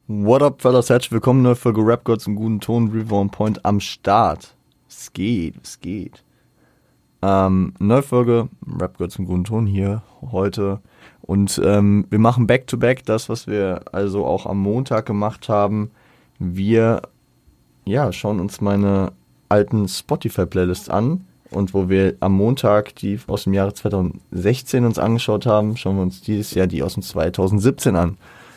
What up, fellas? Herzlich willkommen, neue Folge Rap Gods im guten Ton, River on Point am Start. Es geht. Neue Folge Rap Gods im guten Ton hier heute. Und wir machen Back-to-Back das, was wir also auch am Montag gemacht haben. Wir schauen uns meine alten Spotify-Playlists an. Und wo wir am Montag die aus dem Jahre 2016 uns angeschaut haben, schauen wir uns dieses Jahr die aus dem 2017 an.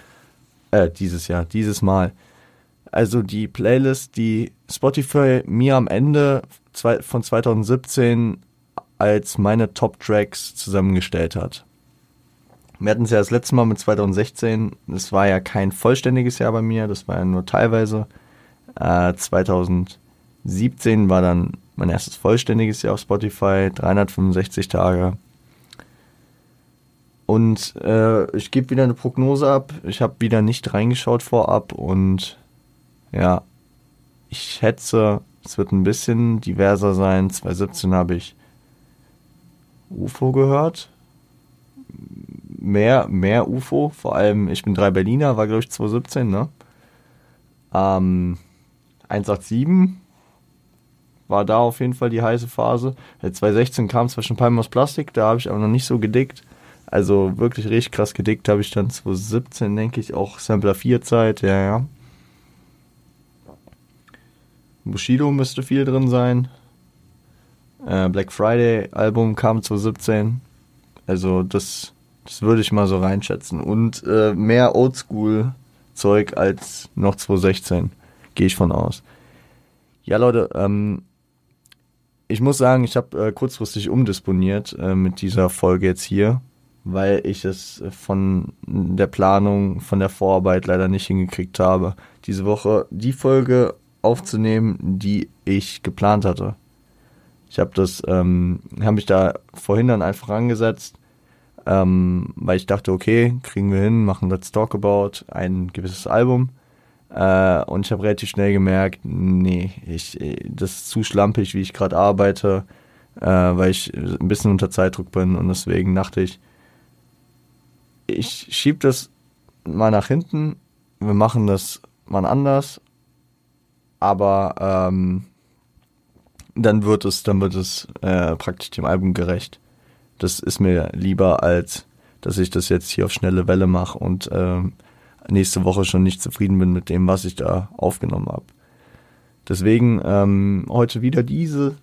Dieses Mal. Also die Playlist, die Spotify mir am Ende von 2017 als meine Top-Tracks zusammengestellt hat. Wir hatten es ja das letzte Mal mit 2016, das war ja kein vollständiges Jahr bei mir, das war ja nur teilweise. 2017 war dann mein erstes vollständiges Jahr auf Spotify, 365 Tage. Und ich gebe wieder eine Prognose ab. Ich habe wieder nicht reingeschaut vorab und ja, ich schätze, es wird ein bisschen diverser sein. 2017 habe ich UFO gehört. Mehr UFO. Vor allem, ich bin 3 Berliner, war glaube ich 2017, ne? 187 war da auf jeden Fall die heiße Phase. 2016 kam zwar schon Palmen aus Plastik, da habe ich aber noch nicht so gedickt. Also wirklich richtig krass gedickt habe ich dann 2017, denke ich, auch Sampler 4 Zeit, ja. Bushido müsste viel drin sein. Black Friday Album kam 2017. Also das würde ich mal so reinschätzen. Und mehr Oldschool Zeug als noch 2016, gehe ich von aus. Ja, Leute, ich muss sagen, ich habe kurzfristig umdisponiert mit dieser Folge jetzt hier, weil ich es von der Planung, von der Vorarbeit leider nicht hingekriegt habe, diese Woche die Folge aufzunehmen, die ich geplant hatte. Ich habe mich da vorhin dann einfach angesetzt, weil ich dachte, okay, kriegen wir hin, machen Let's Talk About ein gewisses Album. Und ich habe relativ schnell gemerkt, nee, das ist zu schlampig, wie ich gerade arbeite, weil ich ein bisschen unter Zeitdruck bin und deswegen dachte ich schiebe das mal nach hinten, wir machen das mal anders, aber dann wird es praktisch dem Album gerecht. Das ist mir lieber, als dass ich das jetzt hier auf schnelle Welle mache und nächste Woche schon nicht zufrieden bin mit dem, was ich da aufgenommen habe. Deswegen heute wieder diesen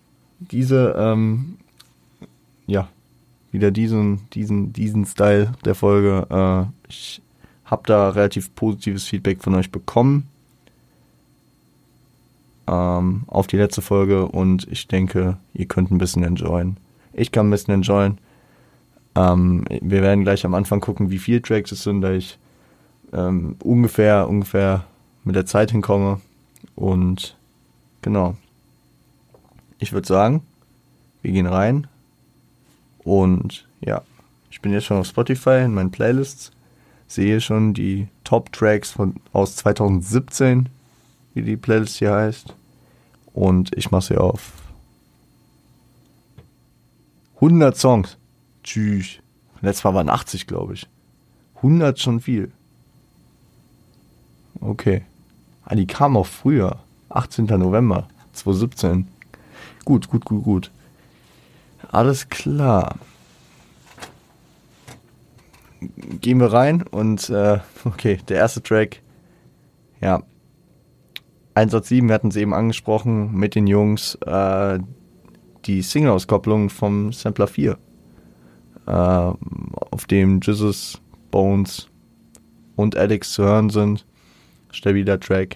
Style der Folge. Ich habe da relativ positives Feedback von euch bekommen auf die letzte Folge und ich denke, ihr könnt ein bisschen enjoyen. Ich kann ein bisschen enjoyen. Wir werden gleich am Anfang gucken, wie viele Tracks es sind, da ich ungefähr mit der Zeit hinkomme. Und genau. Ich würde sagen, wir gehen rein. Und ja, ich bin jetzt schon auf Spotify in meinen Playlists. Sehe schon die Top-Tracks aus 2017, wie die Playlist hier heißt. Und ich mache sie auf 100 Songs. Tschüss. Letztes Mal waren 80, glaube ich. 100 schon viel. Okay. Die kam auch früher. 18. November 2017. Gut. Alles klar. Gehen wir rein und okay, der erste Track. Ja. 187, wir hatten es eben angesprochen, mit den Jungs die Single-Auskopplung vom Sampler 4. Auf dem Jesus, Bones und Alex zu hören sind. Stabiler Track.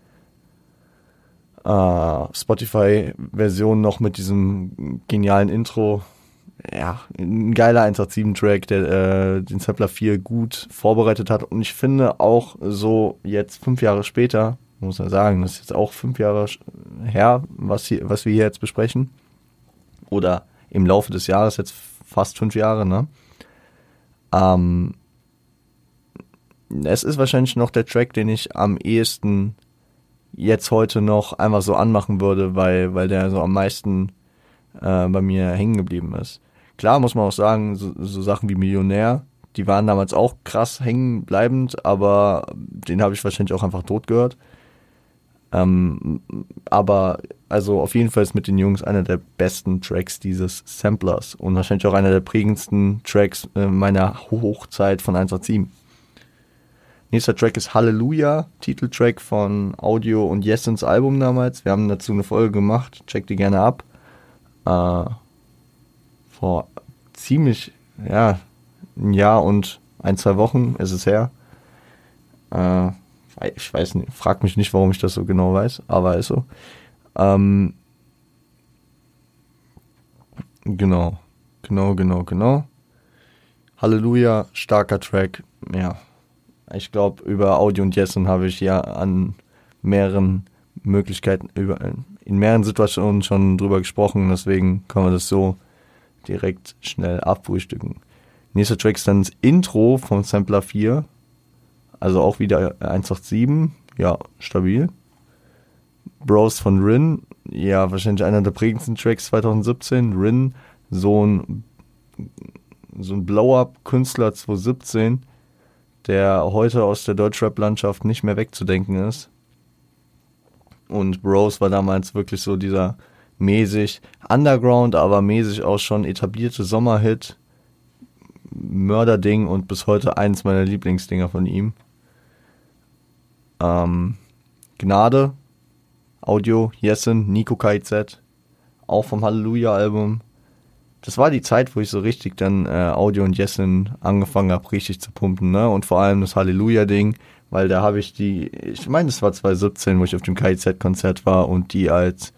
Spotify-Version noch mit diesem genialen Intro. Ja, ein geiler 187-Track, der den Sampler 4 gut vorbereitet hat. Und ich finde auch so jetzt 5 Jahre später, muss man sagen, das ist jetzt auch 5 Jahre her, was wir hier jetzt besprechen. Oder im Laufe des Jahres, jetzt fast 5 Jahre, ne? Es ist wahrscheinlich noch der Track, den ich am ehesten jetzt heute noch einfach so anmachen würde, weil der so am meisten bei mir hängen geblieben ist. Klar muss man auch sagen, so Sachen wie Millionär Die waren damals auch krass hängen bleibend, aber den habe ich wahrscheinlich auch einfach tot gehört. Aber also auf jeden Fall ist mit den Jungs einer der besten Tracks dieses Samplers und wahrscheinlich auch einer der prägendsten Tracks meiner Hochzeit von 187. Nächster Track ist Halleluja, Titeltrack von Audio und Yesens Album damals. Wir haben dazu eine Folge gemacht, checkt die gerne ab. Vor ziemlich, ja, ein Jahr und 1-2 Wochen ist es her. Ich weiß nicht, frag mich nicht, warum ich das so genau weiß, aber ist so. Genau. Halleluja, starker Track, ja. Ich glaube, über Audio und Jessen habe ich ja an mehreren Möglichkeiten, in mehreren Situationen schon drüber gesprochen, deswegen können wir das so direkt schnell abfrühstücken. Nächster Track ist dann das Intro vom Sampler 4, also auch wieder 187, ja, stabil. Bros von Rin, ja, wahrscheinlich einer der prägendsten Tracks 2017. Rin, so ein Blow-Up-Künstler 2017, der heute aus der Deutschrap-Landschaft nicht mehr wegzudenken ist. Und Bros war damals wirklich so dieser mäßig Underground, aber mäßig auch schon etablierte Sommerhit, Mörderding und bis heute eins meiner Lieblingsdinger von ihm. Gnade, Audio, Jessen, Nico KIZ, auch vom Halleluja-Album. Das war die Zeit, wo ich so richtig dann Audio und Jessen angefangen habe, richtig zu pumpen, ne? Und vor allem das Halleluja-Ding, weil da habe ich ich meine, das war 2017, wo ich auf dem KIZ-Konzert war und die als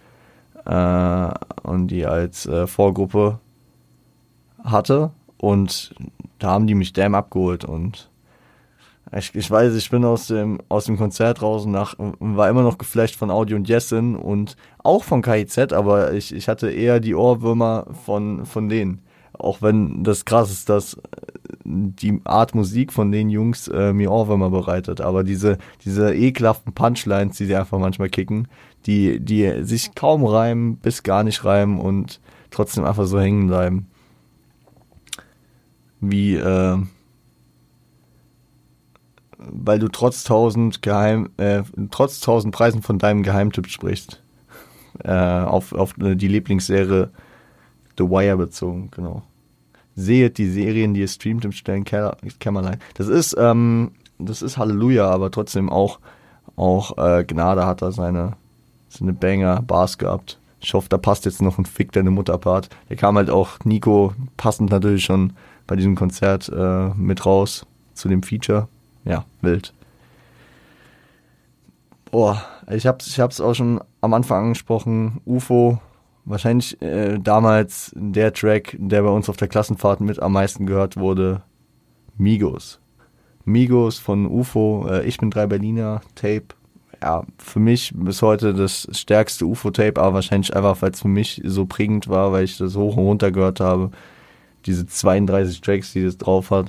Vorgruppe hatte und da haben die mich damn abgeholt und ich weiß, ich bin aus dem Konzert raus und war immer noch geflasht von Audio und Jessen und auch von KIZ, aber ich hatte eher die Ohrwürmer von denen. Auch wenn das krass ist, dass die Art Musik von den Jungs mir Ohrwürmer bereitet. Aber diese ekelhaften Punchlines, die sie einfach manchmal kicken, die sich kaum reimen, bis gar nicht reimen und trotzdem einfach so hängen bleiben. Wie, weil du trotz 1000 Preisen von deinem Geheimtipp sprichst. Auf die Lieblingsserie The Wire bezogen, genau. Seht die Serien, die ihr streamt im stillen Kämmerlein. Das ist Halleluja, aber trotzdem auch Gnade hat da seine Banger-Bars gehabt. Ich hoffe, da passt jetzt noch ein Fick deine Mutter-Part. Der kam halt auch Nico passend natürlich schon bei diesem Konzert mit raus zu dem Feature. Ja, wild. Ich hab's auch schon am Anfang angesprochen. UFO, wahrscheinlich damals der Track, der bei uns auf der Klassenfahrt mit am meisten gehört wurde. Migos von UFO, Ich bin 3 Berliner, Tape. Ja, für mich bis heute das stärkste UFO-Tape, aber wahrscheinlich einfach, weil es für mich so prägend war, weil ich das hoch und runter gehört habe. Diese 32 Tracks, die das drauf hat.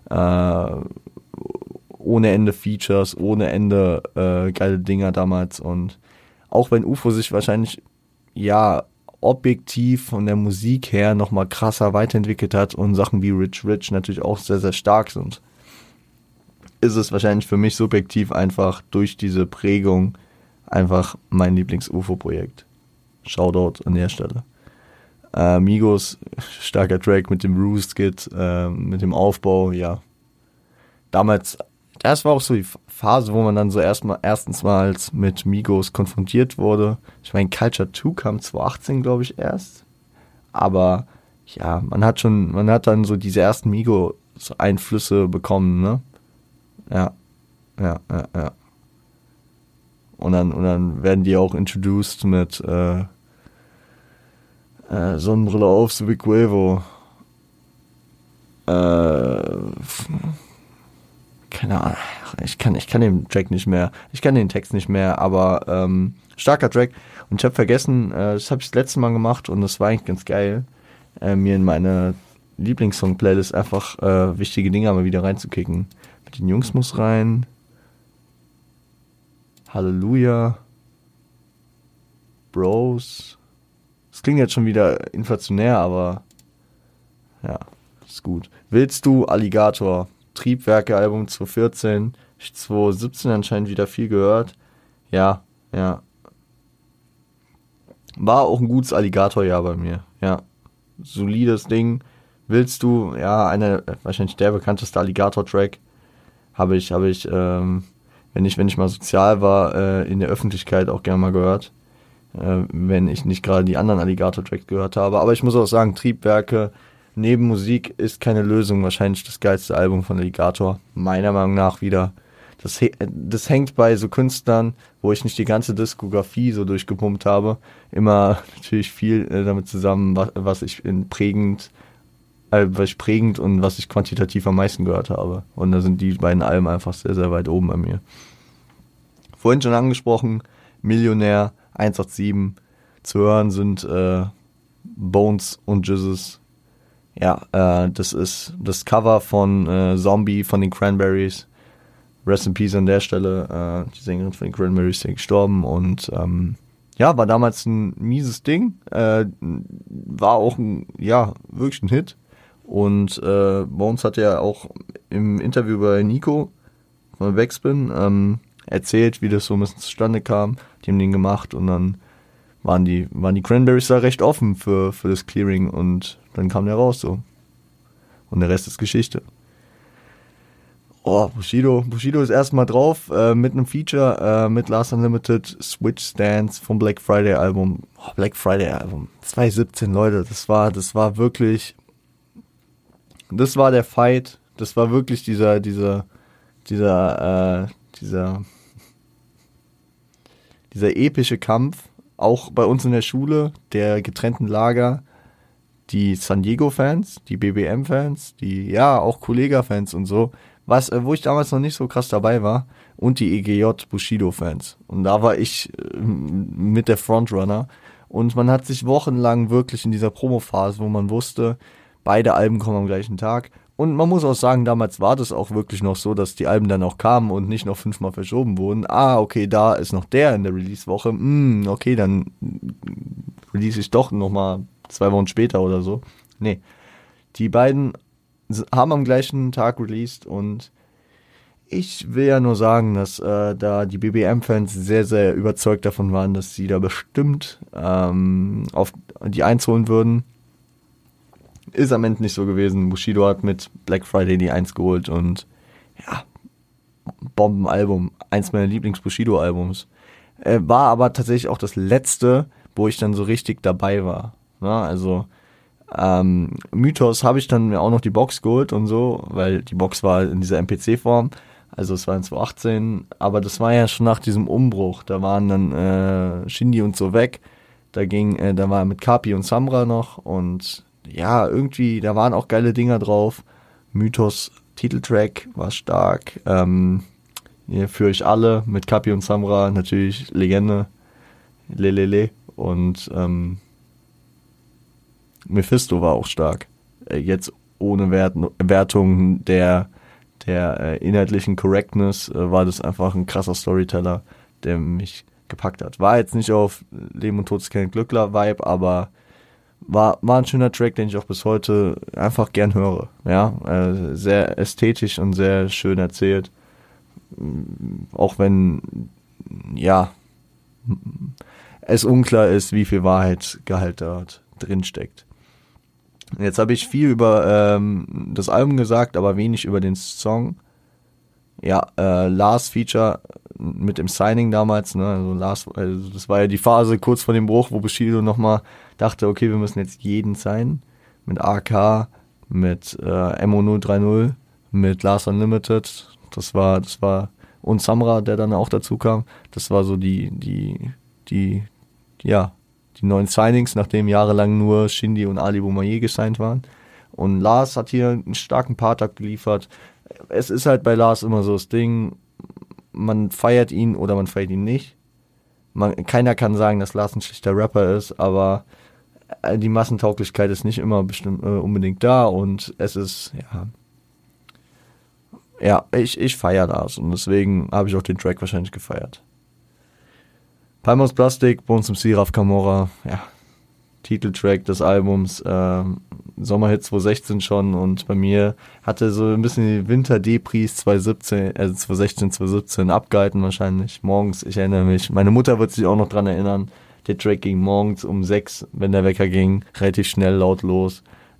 Ohne Ende Features, ohne Ende geile Dinger damals. Und auch wenn UFO sich wahrscheinlich, ja, objektiv von der Musik her nochmal krasser weiterentwickelt hat und Sachen wie Rich Rich natürlich auch sehr, sehr stark sind, ist es wahrscheinlich für mich subjektiv einfach durch diese Prägung einfach mein Lieblings-UFO-Projekt. Shoutout an der Stelle. Migos, starker Track mit dem Roost-Skit, mit dem Aufbau, ja. Damals, das war auch so die Phase, wo man dann so erstensmals mit Migos konfrontiert wurde. Ich meine, Culture 2 kam 2018, glaube ich, aber ja, man hat dann so diese ersten Migos-Einflüsse bekommen, ne? Ja. Und dann werden die auch introduced mit Sonnenbrille auf, so wie Quavo. Keine Ahnung, ich kann den Track nicht mehr, ich kann den Text nicht mehr, aber starker Track. Und ich habe vergessen, das habe ich das letzte Mal gemacht und das war eigentlich ganz geil, mir in meine Lieblingssong-Playlist einfach wichtige Dinge mal wieder reinzukicken. Mit den Jungs muss rein. Halleluja. Bros. Das klingt jetzt schon wieder inflationär, aber ja. ist gut. Willst du Alligator? Triebwerke-Album 2014, 2017 anscheinend wieder viel gehört. Ja. War auch ein gutes Alligator-Jahr bei mir. Ja, solides Ding. Willst du, wahrscheinlich der bekannteste Alligator-Track, habe ich, wenn ich mal sozial war, in der Öffentlichkeit auch gerne mal gehört. Wenn ich nicht gerade die anderen Alligator-Tracks gehört habe. Aber ich muss auch sagen, Triebwerke neben Musik ist keine Lösung. Wahrscheinlich das geilste Album von Alligator. Meiner Meinung nach wieder. Das hängt bei so Künstlern, wo ich nicht die ganze Diskografie so durchgepumpt habe, immer natürlich viel damit zusammen, was ich prägend und was ich quantitativ am meisten gehört habe. Und da sind die beiden Alben einfach sehr, sehr weit oben bei mir. Vorhin schon angesprochen, Millionär, 187, zu hören sind Bones und Jesus. Ja, das ist das Cover von Zombie von den Cranberries. Rest in Peace an der Stelle. Die Sängerin von den Cranberries ist gestorben und war damals ein mieses Ding. War auch wirklich ein Hit. Und Bones hat ja auch im Interview bei Nico von Backspin erzählt, wie das so ein bisschen zustande kam. Die haben den gemacht und dann waren die Cranberries da recht offen für das Clearing und dann kam der raus so. Und der Rest ist Geschichte. Oh, Bushido ist erstmal drauf mit einem Feature mit Last Unlimited, Switch Stance vom Black Friday Album. Oh, Black Friday Album 2017, Leute, das war der Fight, das war wirklich dieser epische Kampf, auch bei uns in der Schule, der getrennten Lager, die San Diego-Fans, die BBM-Fans, die, auch Kollega-Fans und so, wo ich damals noch nicht so krass dabei war, und die EGJ-Bushido-Fans. Und da war ich mit der Frontrunner. Und man hat sich wochenlang wirklich in dieser Promo-Phase, wo man wusste, beide Alben kommen am gleichen Tag. Und man muss auch sagen, damals war das auch wirklich noch so, dass die Alben dann auch kamen und nicht noch 5-mal verschoben wurden. Okay, da ist noch der in der Release-Woche. Okay, dann release ich doch nochmal 2 Wochen später oder so. Nee, die beiden haben am gleichen Tag released und ich will ja nur sagen, dass da die BBM-Fans sehr, sehr überzeugt davon waren, dass sie da bestimmt auf die 1 holen würden. Ist am Ende nicht so gewesen. Bushido hat mit Black Friday die 1 geholt und Bombenalbum. Eins meiner Lieblings-Bushido-Albums. War aber tatsächlich auch das letzte, wo ich dann so richtig dabei war. Also Mythos habe ich dann mir auch noch die Box geholt und so, weil die Box war in dieser MPC-Form. Also es war in 2018, aber das war ja schon nach diesem Umbruch. Da waren dann Shindy und so weg. Da war mit Kapi und Samra noch und irgendwie, da waren auch geile Dinger drauf. Mythos Titeltrack war stark. Für euch alle mit Kapi und Samra natürlich Legende. Lelele. Und Mephisto war auch stark. Jetzt ohne Wertung der inhaltlichen Correctness war das einfach ein krasser Storyteller, der mich gepackt hat. War jetzt nicht auf Leben und Tod ist kein Glückler-Vibe, aber war ein schöner Track, den ich auch bis heute einfach gern höre. Sehr ästhetisch und sehr schön erzählt. Auch wenn, es unklar ist, wie viel Wahrheitsgehalt dort drin steckt. Jetzt habe ich viel über das Album gesagt, aber wenig über den Song. Lars Feature mit dem Signing damals, ne? Also das war ja die Phase kurz vor dem Bruch, wo Bushido nochmal dachte, okay, wir müssen jetzt jeden signen. Mit AK, mit MO030, mit Lars Unlimited. Das war und Samra, der dann auch dazu kam. Das war so die neuen Signings, nachdem jahrelang nur Shindy und Ali Boumaier gesigned waren. Und Lars hat hier einen starken Part abgeliefert. Es ist halt bei Lars immer so das Ding, man feiert ihn oder man feiert ihn nicht. Keiner kann sagen, dass Lars ein schlechter Rapper ist, aber die Massentauglichkeit ist nicht immer unbedingt da und es ist, ich feiere Lars und deswegen habe ich auch den Track wahrscheinlich gefeiert. Palm aus Plastik, Bones MC, Raf Camora, Titeltrack des Albums, Sommerhit 2016 schon, und bei mir hatte so ein bisschen die Winter-Depris 2016, 2017 abgehalten wahrscheinlich. Morgens, ich erinnere mich, meine Mutter wird sich auch noch dran erinnern, der Track ging morgens um 6, wenn der Wecker ging, relativ schnell laut los,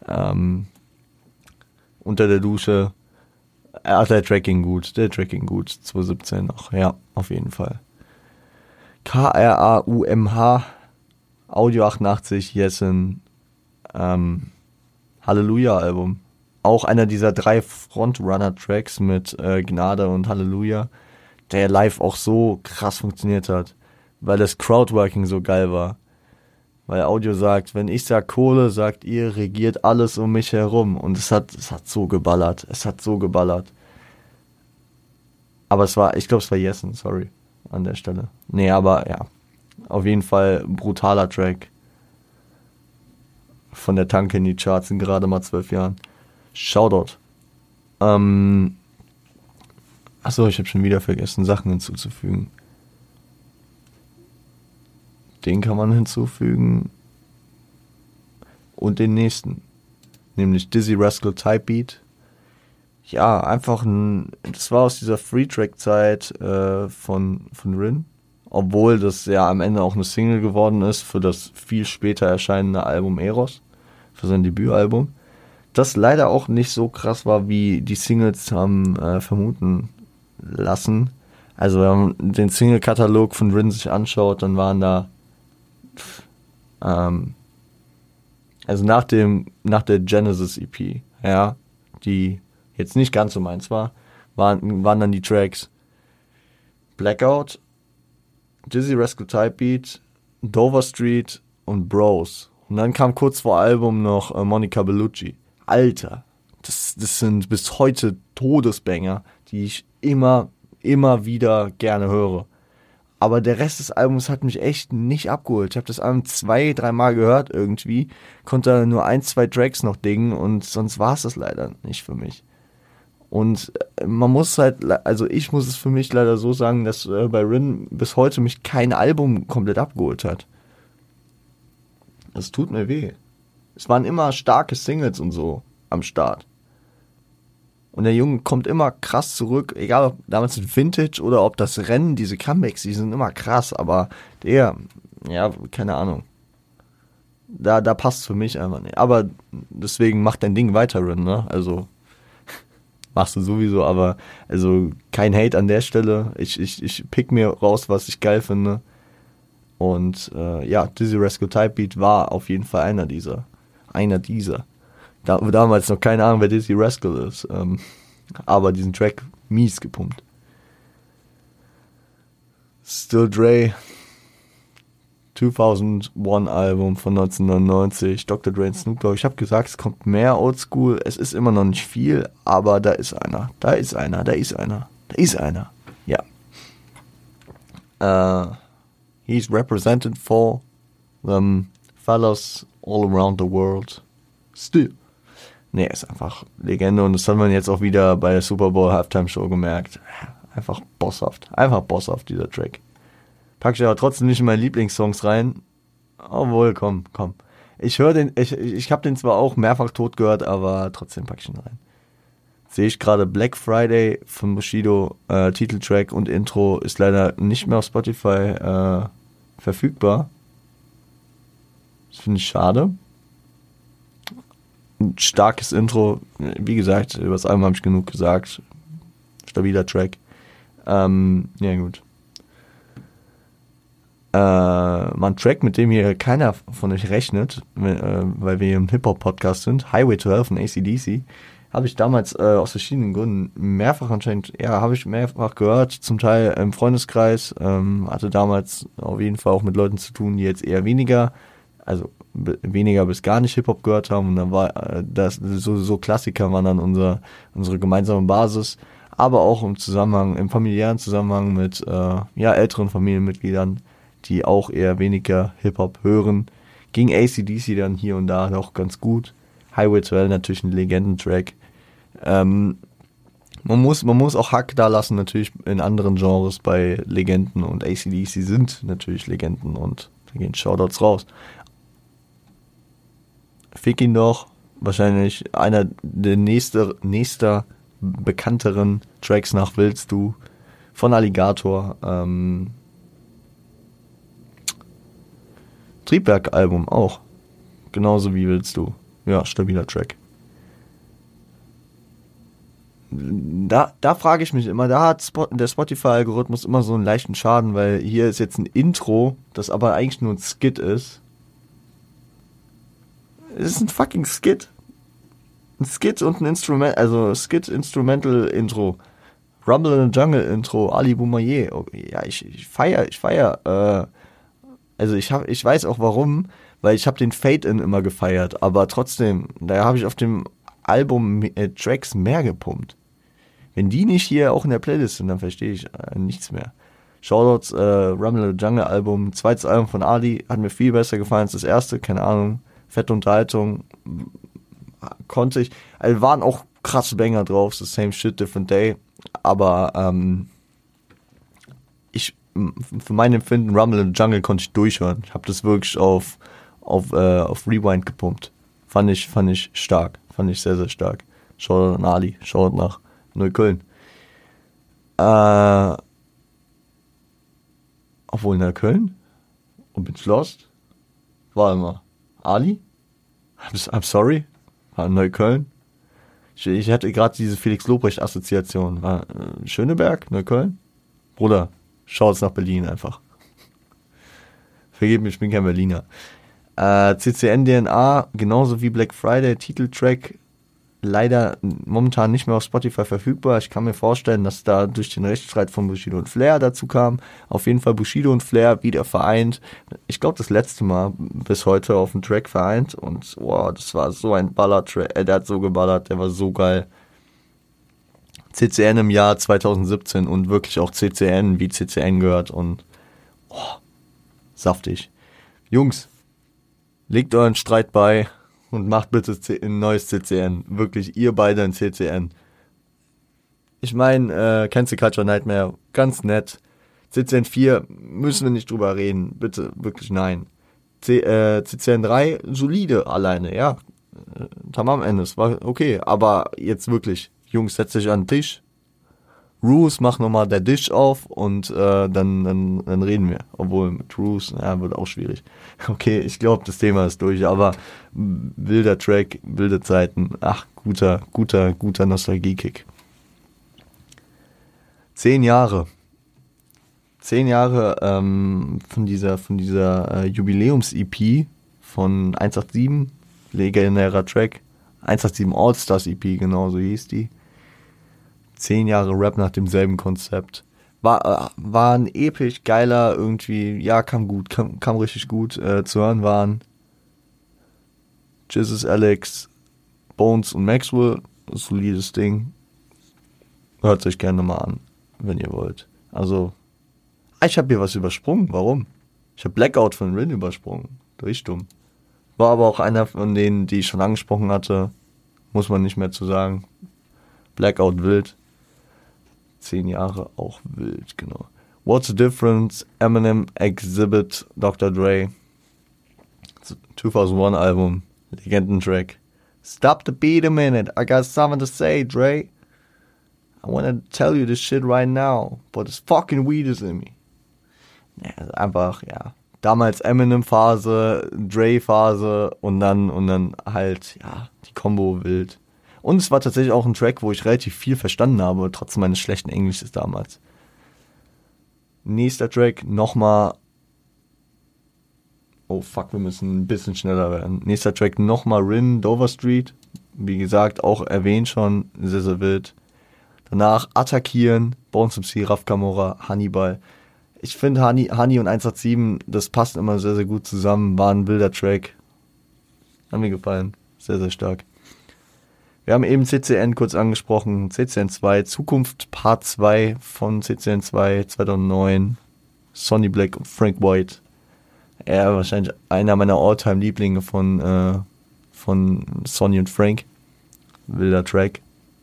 unter der Dusche. Der Track ging gut, 2017 noch, ja, auf jeden Fall. KRAUMH, Audio 88, Jessen, Halleluja-Album. Auch einer dieser 3 Frontrunner-Tracks mit Gnade und Halleluja, der live auch so krass funktioniert hat, weil das Crowdworking so geil war. Weil Audio sagt, wenn ich sag Kohle, sagt ihr, regiert alles um mich herum. Und es hat so geballert. Aber ich glaube, es war Jessen, sorry, an der Stelle. Nee, aber ja, auf jeden Fall brutaler Track. Von der Tanke in die Charts in gerade mal 12 Jahren. Shoutout. Achso, ich habe schon wieder vergessen, Sachen hinzuzufügen. Den kann man hinzufügen. Und den nächsten. Nämlich Dizzy Rascal Type Beat. Ja, einfach das war aus dieser Free-Track-Zeit von Rin. Obwohl das ja am Ende auch eine Single geworden ist für das viel später erscheinende Album Eros. Für sein Debütalbum. Das leider auch nicht so krass war, wie die Singles haben vermuten lassen. Also wenn man den Single-Katalog von Rin sich anschaut, dann waren da also nach der Genesis EP, ja, die jetzt nicht ganz so meins waren dann die Tracks Blackout, Dizzy Rascal Type Beat, Dover Street und Bros. Und dann kam kurz vor Album noch Monica Bellucci. Alter, das sind bis heute Todesbanger, die ich immer wieder gerne höre. Aber der Rest des Albums hat mich echt nicht abgeholt. Ich habe das Album 2-3 Mal gehört irgendwie, konnte nur 1-2 Tracks noch dingen und sonst war es das leider nicht für mich. Und man muss ich muss es für mich leider so sagen, dass bei Rin bis heute mich kein Album komplett abgeholt hat. Das tut mir weh. Es waren immer starke Singles und so am Start. Und der Junge kommt immer krass zurück, egal ob damals ein Vintage oder ob das Rennen, diese Comebacks, die sind immer krass, aber keine Ahnung. Da passt für mich einfach nicht. Aber deswegen mach dein Ding weiter, Rin, ne? Also, machst du sowieso, aber, also, kein Hate an der Stelle. Ich pick mir raus, was ich geil finde. Und, Dizzy Rascal Type Beat war auf jeden Fall einer dieser. Damals noch keine Ahnung, wer Dizzy Rascal ist. Aber diesen Track mies gepumpt. Still Dre, 2001 Album von 1999, Dr. Dre und Snoop Dogg. Ich habe gesagt, es kommt mehr Oldschool. Es ist immer noch nicht viel, aber da ist einer. Ja. He's represented for them fellows all around the world. Still. Nee, ist einfach Legende und das hat man jetzt auch wieder bei der Super Bowl Halftime Show gemerkt. Einfach bosshaft, dieser Track. Pack ich aber trotzdem nicht in meine Lieblingssongs rein. Obwohl, komm. Ich habe den zwar auch mehrfach tot gehört, aber trotzdem pack ich ihn rein. Sehe ich gerade Black Friday von Bushido, Titeltrack und Intro ist leider nicht mehr auf Spotify verfügbar. Das finde ich schade. Ein starkes Intro, wie gesagt, über das Album habe ich genug gesagt. Stabiler Track. Ja gut. Mal ein Track, mit dem hier keiner von euch rechnet, weil wir hier im Hip-Hop-Podcast sind. Highway to Hell von AC/DC. Habe ich damals aus verschiedenen Gründen mehrfach gehört, zum Teil im Freundeskreis. Hatte damals auf jeden Fall auch mit Leuten zu tun, die jetzt eher weniger bis gar nicht Hip-Hop gehört haben. Und dann war das so Klassiker waren dann unsere gemeinsame Basis. Aber auch im familiären Zusammenhang mit älteren Familienmitgliedern, die auch eher weniger Hip-Hop hören, ging AC/DC dann hier und da auch ganz gut. Highway to Hell natürlich ein Legendentrack. Man muss auch Hack da lassen, natürlich in anderen Genres bei Legenden, und AC/DC sind natürlich Legenden und da gehen Shoutouts raus. Fick ihn doch. Wahrscheinlich einer der nächster bekannteren Tracks nach Willst du von Alligator. Triebwerk-Album auch. Genauso wie Willst du. Ja, stabiler Track. Da frage ich mich immer, da hat der Spotify-Algorithmus immer so einen leichten Schaden, weil hier ist jetzt ein Intro, das aber eigentlich nur ein Skit ist. Es ist ein fucking Skit. Ein Skit und ein Instrument, also Skit, Instrumental, Intro. Rumble in the Jungle Intro, Ali Boumaier. Okay, ja, ich feier. Also ich weiß auch warum, weil ich habe den Fade-In immer gefeiert, aber trotzdem, da habe ich auf dem Album Tracks mehr gepumpt. Wenn die nicht hier auch in der Playlist sind, dann verstehe ich nichts mehr. Shoutouts, Rumble in the Jungle Album, zweites Album von Ali, hat mir viel besser gefallen als das erste, keine Ahnung. Fette Unterhaltung, konnte ich, also waren auch krasse Banger drauf, the same shit, different day, aber für mein Empfinden, Rumble in the Jungle konnte ich durchhören. Ich habe das wirklich auf Rewind gepumpt. Fand ich stark. Fand ich sehr, sehr stark. Shoutout an Ali. Shoutout nach Neukölln. Obwohl Neukölln? Und bin ich lost? Warte mal. Ali? I'm sorry? War Neukölln? Ich hatte gerade diese Felix-Lobrecht-Assoziation. War Schöneberg? Neukölln? Bruder, schaut's nach Berlin einfach. Vergebt mir, ich bin kein Berliner. CCN-DNA, genauso wie Black Friday, Titeltrack, leider momentan nicht mehr auf Spotify verfügbar. Ich kann mir vorstellen, dass da durch den Rechtsstreit von Bushido und Flair dazu kam. Auf jeden Fall Bushido und Flair wieder vereint. Ich glaube, das letzte Mal bis heute auf dem Track vereint. Und wow, das war so ein Baller-Track. Der hat so geballert, der war so geil. CCN im Jahr 2017 und wirklich auch CCN, wie CCN gehört. Und saftig. Jungs, legt euren Streit bei und macht bitte ein neues CCN. Wirklich, ihr beide ein CCN. Ich meine, Cancel Culture Nightmare, ganz nett. CCN 4 müssen wir nicht drüber reden. Bitte, wirklich nein. CCN 3, solide alleine, ja. Tamam, es war okay. Aber jetzt wirklich, Jungs, setzt euch an den Tisch. Roos, mach nochmal der Dish auf und dann reden wir. Obwohl mit Roos, ja, wird auch schwierig. Okay, ich glaube, das Thema ist durch, aber wilder Track, wilde Zeiten. Ach, guter Nostalgie-Kick. 10 Jahre. 10 Jahre von dieser Jubiläums-EP von 187, legendärer Track. 187 All-Stars EP, genau so hieß die. 10 Jahre Rap nach demselben Konzept. War ein episch geiler, irgendwie, ja, kam richtig gut zu hören waren. Jesus Alex, Bones und Maxwell, solides Ding. Hört euch gerne mal an, wenn ihr wollt. Also, ich habe hier was übersprungen. Warum? Ich habe Blackout von Rin übersprungen. Durchstumm. War aber auch einer von denen, die ich schon angesprochen hatte. Muss man nicht mehr zu sagen. Blackout wild. 10 Jahre auch wild, genau. What's the Difference? Eminem, Exhibit, Dr. Dre. 2001 Album. Legendentrack. Stop the beat a minute. I got something to say, Dre. I wanna tell you this shit right now. But this fucking weed is in me. Ja, einfach, ja. Damals Eminem-Phase, Dre-Phase und dann halt, ja, die Kombo wild. Und es war tatsächlich auch ein Track, wo ich relativ viel verstanden habe, trotz meines schlechten Englisches damals. Nächster Track, nochmal. Oh fuck, wir müssen ein bisschen schneller werden. Nächster Track, nochmal Rin, Dover Street. Wie gesagt, auch erwähnt schon, sehr, sehr wild. Danach Attackieren, Bones MC, Raf Camora, Hannibal. Ich finde Honey und 187, das passt immer sehr, sehr gut zusammen. War ein wilder Track. Hat mir gefallen. Sehr, sehr stark. Wir haben eben CCN kurz angesprochen. CCN 2, Zukunft Part 2 von CCN 2 2009. Sonny Black und Frank White. Er wahrscheinlich einer meiner All-Time-Lieblinge von Sonny und Frank. Wilder Track.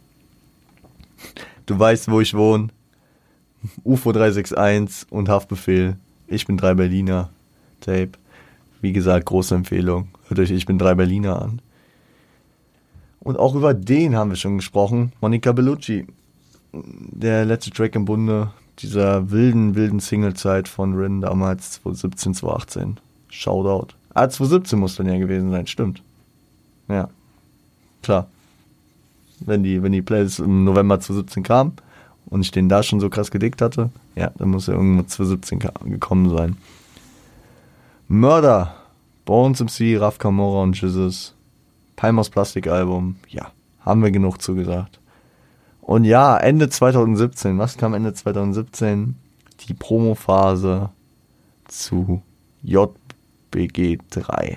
Du weißt, wo ich wohne. UFO 361 und Haftbefehl. Ich bin 3 Berliner. Tape. wie gesagt, große Empfehlung. Hört euch Ich bin 3 Berliner an. Und auch über den haben wir schon gesprochen. Monica Bellucci. Der letzte Track im Bunde dieser wilden Single-Zeit von Rin damals, 2017, 2018. Shoutout. 2017 muss dann ja gewesen sein, stimmt. Ja, klar. Wenn die Playlist im November 2017 kam und ich den da schon so krass gedickt hatte, ja, dann muss er irgendwo 2017 gekommen sein. Murder, Bones MC, Raf Camora und Jesus. Palmos Plastik-Album, ja, haben wir genug zugesagt. Und ja, Ende 2017, was kam Ende 2017? Die Promophase zu JBG 3.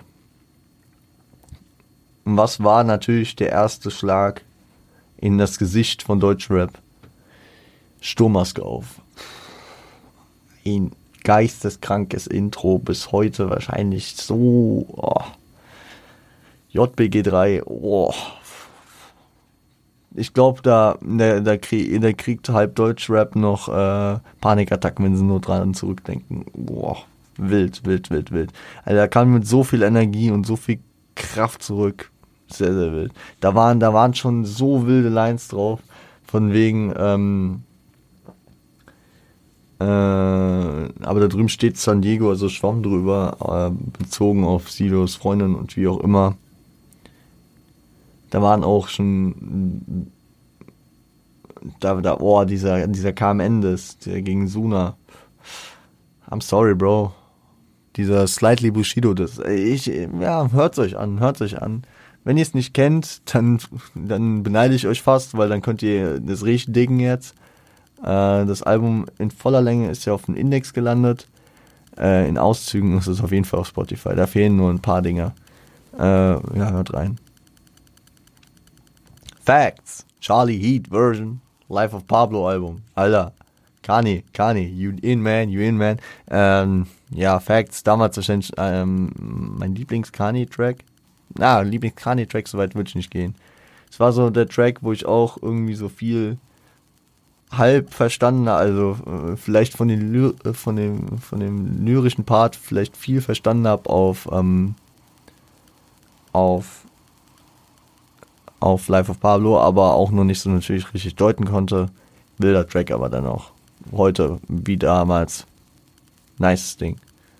Und was war natürlich der erste Schlag in das Gesicht von Deutschrap? Sturmmaske auf. Ein geisteskrankes Intro, bis heute wahrscheinlich so. Oh. JBG 3, oh. Ich glaube, da kriegt halb Deutschrap noch Panikattacken, wenn sie nur dran zurückdenken. Boah, wild. Also da kam mit so viel Energie und so viel Kraft zurück. Sehr, sehr wild. Da waren schon so wilde Lines drauf, von wegen, aber da drüben steht San Diego, also Schwamm drüber, bezogen auf Sidos Freundin und wie auch immer. Da waren auch schon dieser KMN der gegen Suna. I'm sorry, Bro. Dieser Slightly Bushido, hört's euch an. Wenn ihr es nicht kennt, dann beneide ich euch fast, weil dann könnt ihr das richtig dicken jetzt. Das Album in voller Länge ist ja auf dem Index gelandet. In Auszügen ist es auf jeden Fall auf Spotify. Da fehlen nur ein paar Dinger. Hört rein. Facts. Charlie Heat Version. Life of Pablo Album. Alter. Kanye. You in, man. Facts. Damals wahrscheinlich mein Lieblings-Kanye-Track. Lieblings-Kanye-Track, soweit würde ich nicht gehen. Es war so der Track, wo ich auch irgendwie so viel halb verstanden, also vielleicht von dem lyrischen Part vielleicht viel verstanden habe auf Life of Pablo, aber auch nur nicht so natürlich richtig deuten konnte. Wilder Track, aber dann auch heute wie damals. Nice Ding.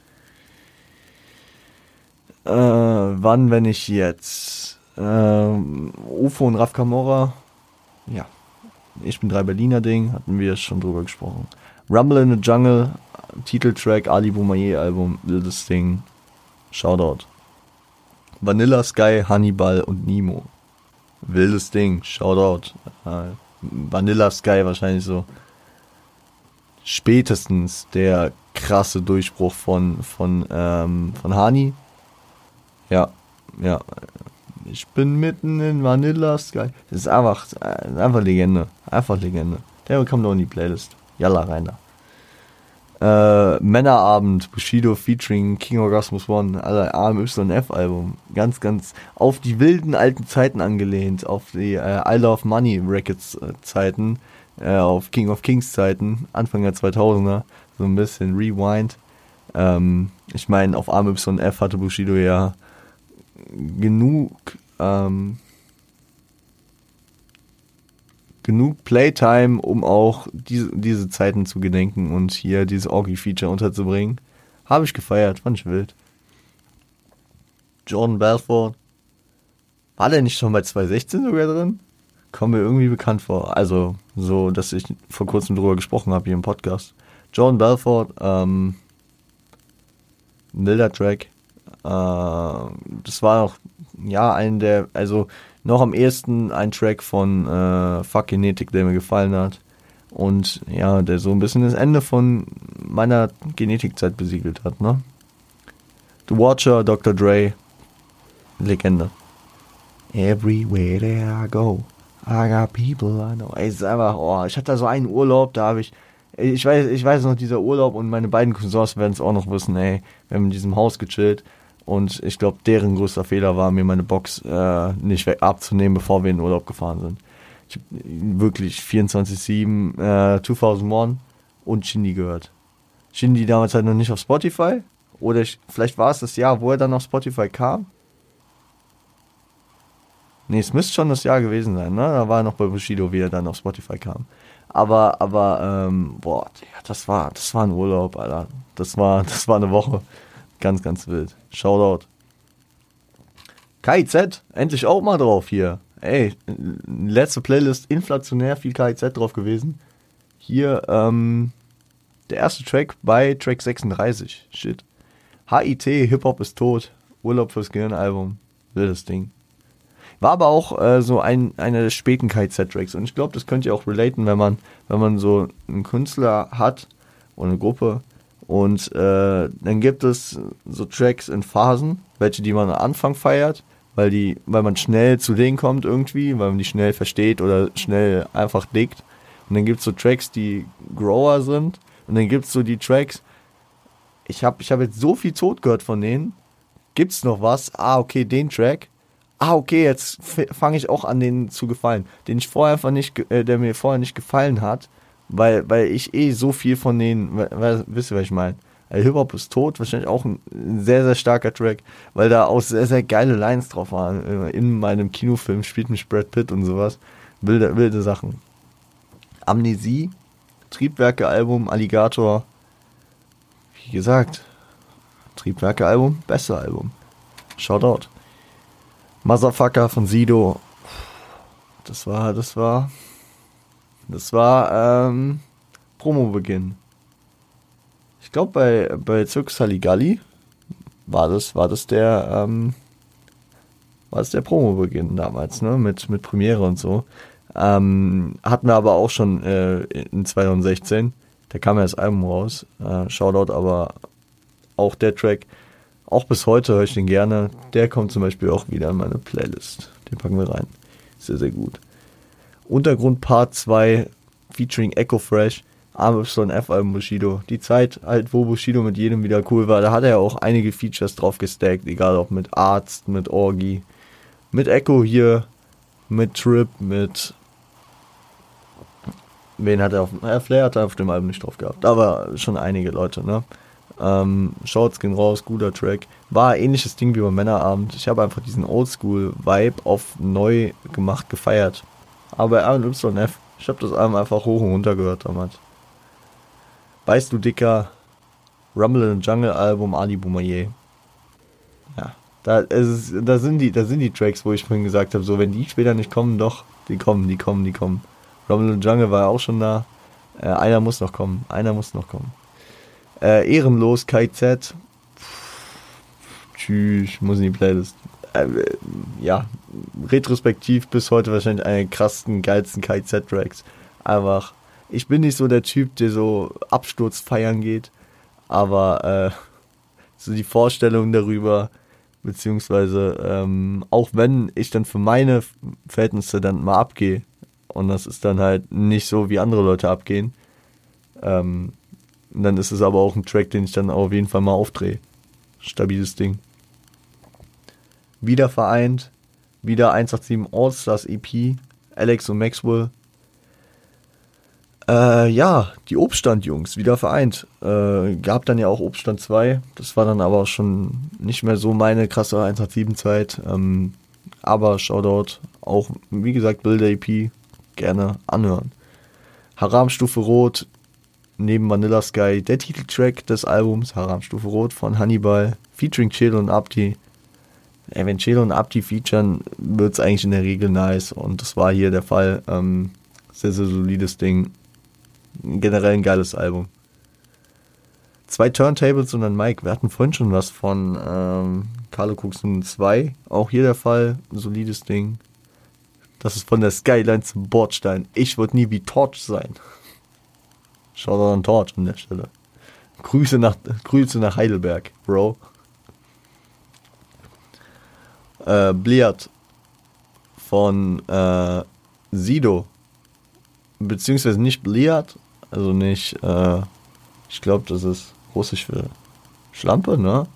Wann, wenn ich jetzt UFO und Raf Camora, ja, Ich bin 3 Berliner Ding, hatten wir schon drüber gesprochen. Rumble in the Jungle, Titeltrack, Ali Boumaier Album, wildes Ding, Shoutout. Vanilla Sky, Hannibal und Nemo, wildes Ding, Shoutout. Vanilla Sky wahrscheinlich so spätestens der krasse Durchbruch von Hani. Ja. Ich bin mitten in Vanilla Sky. Das ist einfach Legende. Der kommt noch in die Playlist. Yalla, rein da. Männerabend, Bushido featuring King Orgasmus One, also AMYF-Album. Ganz, ganz auf die wilden alten Zeiten angelehnt, auf die I Love Money Records Zeiten, auf King of Kings Zeiten, Anfang der 2000er, so ein bisschen Rewind. Ich meine, auf AMYF hatte Bushido ja genug Playtime, um auch diese Zeiten zu gedenken und hier dieses Orgy-Feature unterzubringen. Habe ich gefeiert, fand ich wild. Jordan Belfort, war der nicht schon bei 2016 sogar drin? Kommt mir irgendwie bekannt vor. Also, so, dass ich vor kurzem drüber gesprochen habe hier im Podcast. Jordan Belfort, wilder Track. Das war auch, noch am ehesten ein Track von Fuck Genetik, der mir gefallen hat. Und ja, der so ein bisschen das Ende von meiner Genetikzeit besiegelt hat, ne? The Watcher, Dr. Dre, Legende. Everywhere there I go, I got people I know. Ey, es ist einfach, ich hatte da so einen Urlaub, ich weiß noch, dieser Urlaub, und meine beiden Cousins werden es auch noch wissen, ey, wir haben in diesem Haus gechillt. Und ich glaube, deren größter Fehler war, mir meine Box nicht abzunehmen, bevor wir in den Urlaub gefahren sind. Ich habe wirklich 24/7 2001 und Shindy gehört. Shindy damals halt noch nicht auf Spotify Oder vielleicht war es das Jahr, wo er dann auf Spotify kam. Nee, es müsste schon das Jahr gewesen sein, ne? Da war er noch bei Bushido, wie er dann auf Spotify kam. Boah, Digga, das war ein Urlaub, Alter. Das war eine Woche. Ganz, ganz wild. Shoutout. KIZ, endlich auch mal drauf hier. Ey, letzte Playlist, inflationär viel KIZ drauf gewesen. Hier, der erste Track bei Track 36. Shit. HIT, Hip-Hop ist tot. Urlaub fürs Gehirn-Album. Wildes Ding. War aber auch so einer der späten KIZ-Tracks. Und ich glaube, das könnt ihr auch relaten, wenn man so einen Künstler hat und eine Gruppe. Und dann gibt es so Tracks in Phasen, welche die man am Anfang feiert, weil man schnell zu denen kommt irgendwie, weil man die schnell versteht oder schnell einfach diggt. Und dann gibt es so Tracks, die Grower sind. Und dann gibt es so die Tracks, ich hab jetzt so viel tot gehört von denen. Gibt's noch was? Ah, okay, den Track. Ah, okay, jetzt fange ich auch an, den zu gefallen. Den ich vorher einfach nicht, der mir vorher nicht gefallen hat, weil ich so viel von denen, wisst ihr, was ich meine? Hip-Hop ist tot, wahrscheinlich auch ein sehr, sehr starker Track, weil da auch sehr, sehr geile Lines drauf waren. In meinem Kinofilm spielt mich Brad Pitt und sowas. Wilde Sachen. Amnesie, Triebwerke-Album, Alligator. Wie gesagt, Triebwerke-Album, beste Album. Shoutout. Motherfucker von Sido. Das war Promobeginn. Ich glaube bei Zirkus Halligalli war das der Promobeginn damals, ne? Mit Premiere und so. Hatten wir aber auch schon in 2016. Da kam ja das Album raus. Shoutout, aber auch der Track, auch bis heute höre ich den gerne. Der kommt zum Beispiel auch wieder in meine Playlist. Den packen wir rein. Sehr, sehr gut. Untergrund Part 2 featuring Echo Fresh, AMYF-Album Bushido. Die Zeit halt, wo Bushido mit jedem wieder cool war, da hat er ja auch einige Features drauf gestackt, egal ob mit Arzt, mit Orgi, mit Echo hier, mit Trip, mit wen hat er auf Flair hat er auf dem Album nicht drauf gehabt, aber schon einige Leute, ne? Shorts gehen raus, guter Track. War ein ähnliches Ding wie beim Männerabend. Ich habe einfach diesen Oldschool-Vibe auf neu gemacht gefeiert. Aber AMYF, ich habe das Album einfach hoch und runter gehört damals. Weißt du, Dicker, Rumble in the Jungle Album, Ali Boumaier. Ja, da sind die Tracks, wo ich vorhin gesagt habe, so wenn die später nicht kommen, doch, die kommen. Rumble in the Jungle war ja auch schon da. Einer muss noch kommen. Ehrenlos, KIZ. Tschüss, muss in die Playlist. Ja, retrospektiv bis heute wahrscheinlich einer der krassesten, geilsten KIZ-Tracks. Einfach, ich bin nicht so der Typ, der so Absturz feiern geht, aber so die Vorstellung darüber, beziehungsweise auch wenn ich dann für meine Verhältnisse dann mal abgehe und das ist dann halt nicht so, wie andere Leute abgehen, dann ist es aber auch ein Track, den ich dann auf jeden Fall mal aufdrehe. Stabiles Ding. Wieder vereint, wieder 187 All-Stars EP, Alex und Maxwell. Ja, die Obststand-Jungs, wieder vereint. Gab dann ja auch Obststand 2. Das war dann aber auch schon nicht mehr so meine krasse 187-Zeit. Aber Shoutout, auch wie gesagt, Bilder-EP, gerne anhören. Haram-Stufe Rot, neben Vanilla Sky, der Titeltrack des Albums, Haram-Stufe Rot von Hannibal, featuring Chelo und Abdi. Wenn Chelo und Abdi featuren, wird es eigentlich in der Regel nice und das war hier der Fall. Sehr, sehr solides Ding. Generell ein geiles Album. 2 Turntables und ein Mic. Wir hatten vorhin schon was von Carlo Cookson 2. Auch hier der Fall. Ein solides Ding. Das ist von der Skyline zum Bordstein. Ich würde nie wie Torch sein. Shoutout an Torch an der Stelle. Grüße nach Heidelberg, Bro. Bliat von Sido. Beziehungsweise nicht Bliat. Also nicht, ich glaube, das ist russisch für Schlampe, ne?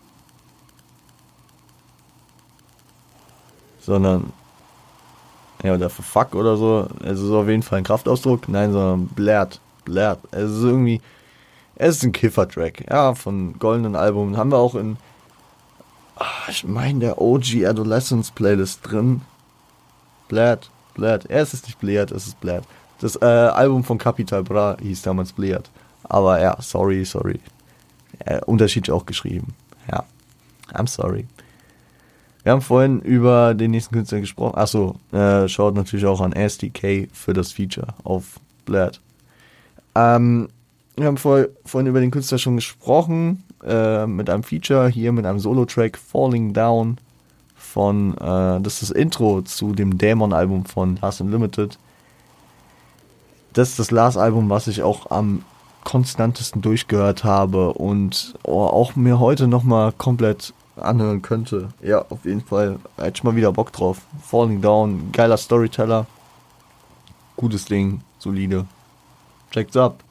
Sondern, ja, oder für Fuck oder so. Also ist auf jeden Fall ein Kraftausdruck. Nein, sondern Blärt. Also irgendwie, Es ist ein Kiffer-Track, ja, von goldenen Album. Haben wir auch in, ich meine, der OG Adolescence Playlist drin. Blad. Es ist nicht Bleed, es ist Blad. Das Album von Capital Bra hieß damals Bleed. Aber ja, sorry. Unterschied auch geschrieben. Ja, I'm sorry. Wir haben vorhin über den nächsten Künstler gesprochen. Achso, schaut natürlich auch an SDK für das Feature auf Blad. Wir haben vorhin über den Künstler schon gesprochen, mit einem Feature, hier mit einem Solo-Track, Falling Down, das ist das Intro zu dem Dämon-Album von Lars Unlimited. Das ist das Lars-Album, was ich auch am konstantesten durchgehört habe und auch mir heute nochmal komplett anhören könnte. Ja, auf jeden Fall. Hätte ich mal wieder Bock drauf. Falling Down, geiler Storyteller. Gutes Ding, solide. Checkt's ab.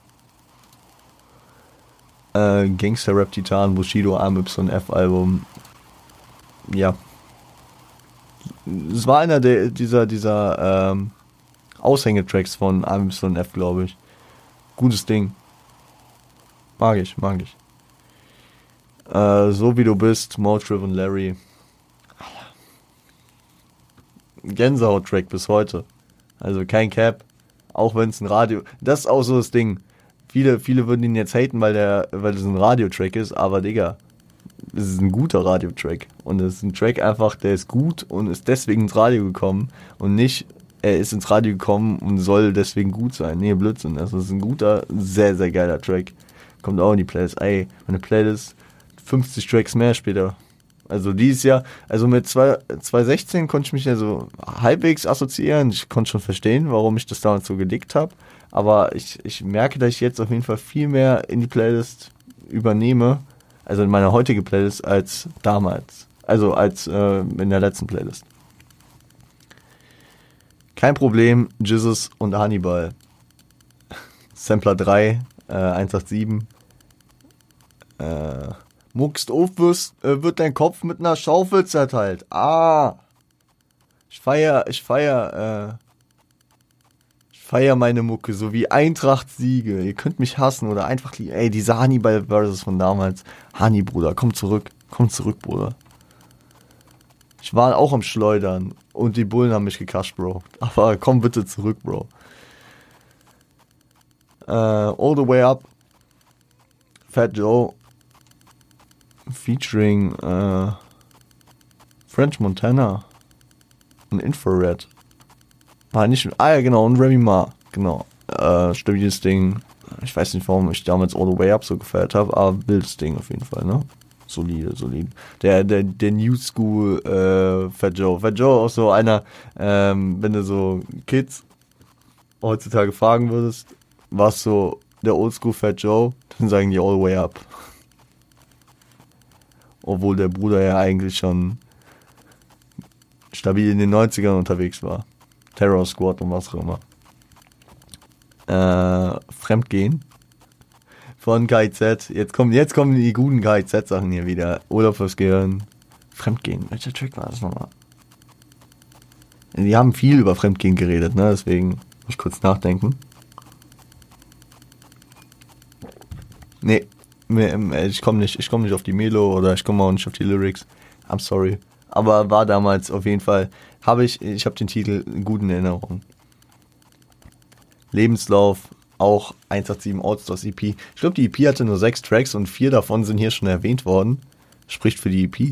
Gangster-Rap Titan, Bushido, AMYF Album. Ja. Es war einer dieser Aushängetracks von AMYF, glaube ich. Gutes Ding. Mag ich. So wie du bist, Motriv und Larry. Gänsehaut-Track bis heute. Also kein Cap. Auch wenn es ein Radio... Das ist auch so das Ding. Viele würden ihn jetzt haten, weil es ein Radiotrack ist, aber Digga, es ist ein guter Radiotrack. Und es ist ein Track einfach, der ist gut und ist deswegen ins Radio gekommen und nicht, er ist ins Radio gekommen und soll deswegen gut sein. Nee, Blödsinn. Das ist ein guter, sehr, sehr geiler Track. Kommt auch in die Playlist. Ey, meine Playlist 50 Tracks mehr später. Also dieses Jahr, also mit 2016 konnte ich mich ja so halbwegs assoziieren. Ich konnte schon verstehen, warum ich das damals so gedickt habe. Aber ich merke, dass ich jetzt auf jeden Fall viel mehr in die Playlist übernehme, also in meine heutige Playlist, als damals. Also als in der letzten Playlist. Kein Problem, Jesus und Hannibal. Sampler 3, 187. Muckst auf, wird dein Kopf mit einer Schaufel zerteilt. Ich feier meine Mucke, so wie Eintracht-Siege. Ihr könnt mich hassen oder einfach lieben. Ey, diese Hannibal-Verses von damals. Hanni, Bruder, komm zurück, Bruder. Ich war auch am Schleudern und die Bullen haben mich gekascht, Bro. Aber komm bitte zurück, Bro. All the Way Up. Fat Joe. Featuring French Montana und Infrared. Ja genau, und Remy Ma. Genau. Stabiles Ding. Ich weiß nicht, warum ich damals All the Way Up so gefeiert habe, aber wildes Ding auf jeden Fall, ne? Solide. Der New School Fat Joe. Fat Joe auch so einer, wenn du so Kids heutzutage fragen würdest, was so der Oldschool Fat Joe, dann sagen die All the Way Up. Obwohl der Bruder ja eigentlich schon stabil in den 90ern unterwegs war. Terror Squad und was auch immer. Fremdgehen von KIZ. Jetzt kommen die guten KIZ-Sachen hier wieder. Urlaub fürs Gehirn. Fremdgehen. Welcher Track war das nochmal? Die haben viel über Fremdgehen geredet, ne? Deswegen muss ich kurz nachdenken. Nee. Ich komme nicht auf die Melo oder ich komme auch nicht auf die Lyrics. I'm sorry. Aber war damals auf jeden Fall, ich habe den Titel in guten Erinnerungen. Lebenslauf, auch 187 Allstars EP. Ich glaube, die EP hatte nur 6 Tracks und 4 davon sind hier schon erwähnt worden. Spricht für die EP.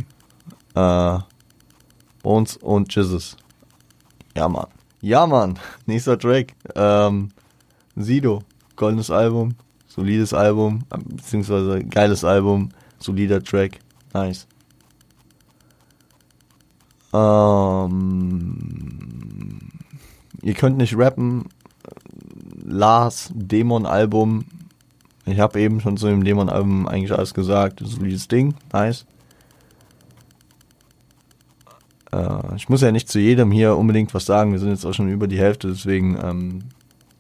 Bones und Jesus. Ja, Mann. Nächster Track. Sido. Goldenes Album. Solides Album, beziehungsweise geiles Album, solider Track, nice. Ihr könnt nicht rappen, Lars, Dämon-Album, ich habe eben schon zu dem Dämon-Album eigentlich alles gesagt, solides Ding, nice. Ich muss ja nicht zu jedem hier unbedingt was sagen, wir sind jetzt auch schon über die Hälfte, deswegen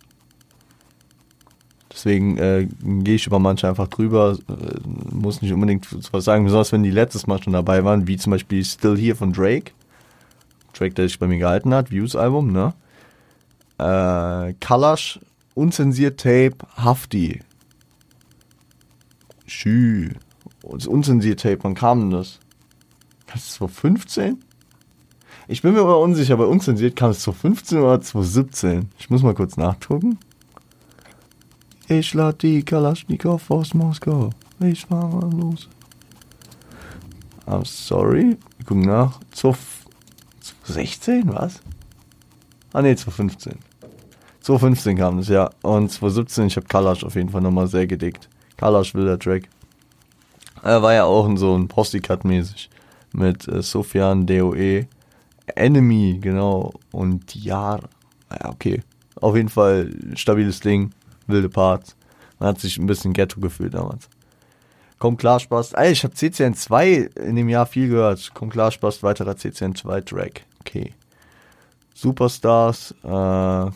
gehe ich über manche einfach drüber, muss nicht unbedingt was sagen, besonders wenn die letztes Mal schon dabei waren, wie zum Beispiel Still Here von Drake, der sich bei mir gehalten hat, Views-Album, ne? Kalash, Unzensiert Tape, Hafti. Schü. Das Unzensiert-Tape, wann kam denn das? Kam es 2015? Ich bin mir aber unsicher, bei Unzensiert kam es 2015 oder 2017. Ich muss mal kurz nachgucken. Ich lad die Kalaschnikow aus Moskau. Ich fahr mal los. I'm sorry. Wir gucken nach. 2016, was? Ah ne, 2015. 2015 kam das, ja. Und 2017, ich habe Kalasch auf jeden Fall nochmal sehr gedickt. Kalasch, wilder Track. Er war ja auch so ein Posse-Cut-mäßig. Mit Sufjan, DOE, Enemy, genau. Und Diar. Ja, okay. Auf jeden Fall stabiles Ding. Wilde Parts. Man hat sich ein bisschen Ghetto gefühlt damals. Komm klar, Spaß. Ey, ich habe CCN 2 in dem Jahr viel gehört. Komm klar, Spaß, weiterer CCN 2 Track. Okay. Superstars, Hurra,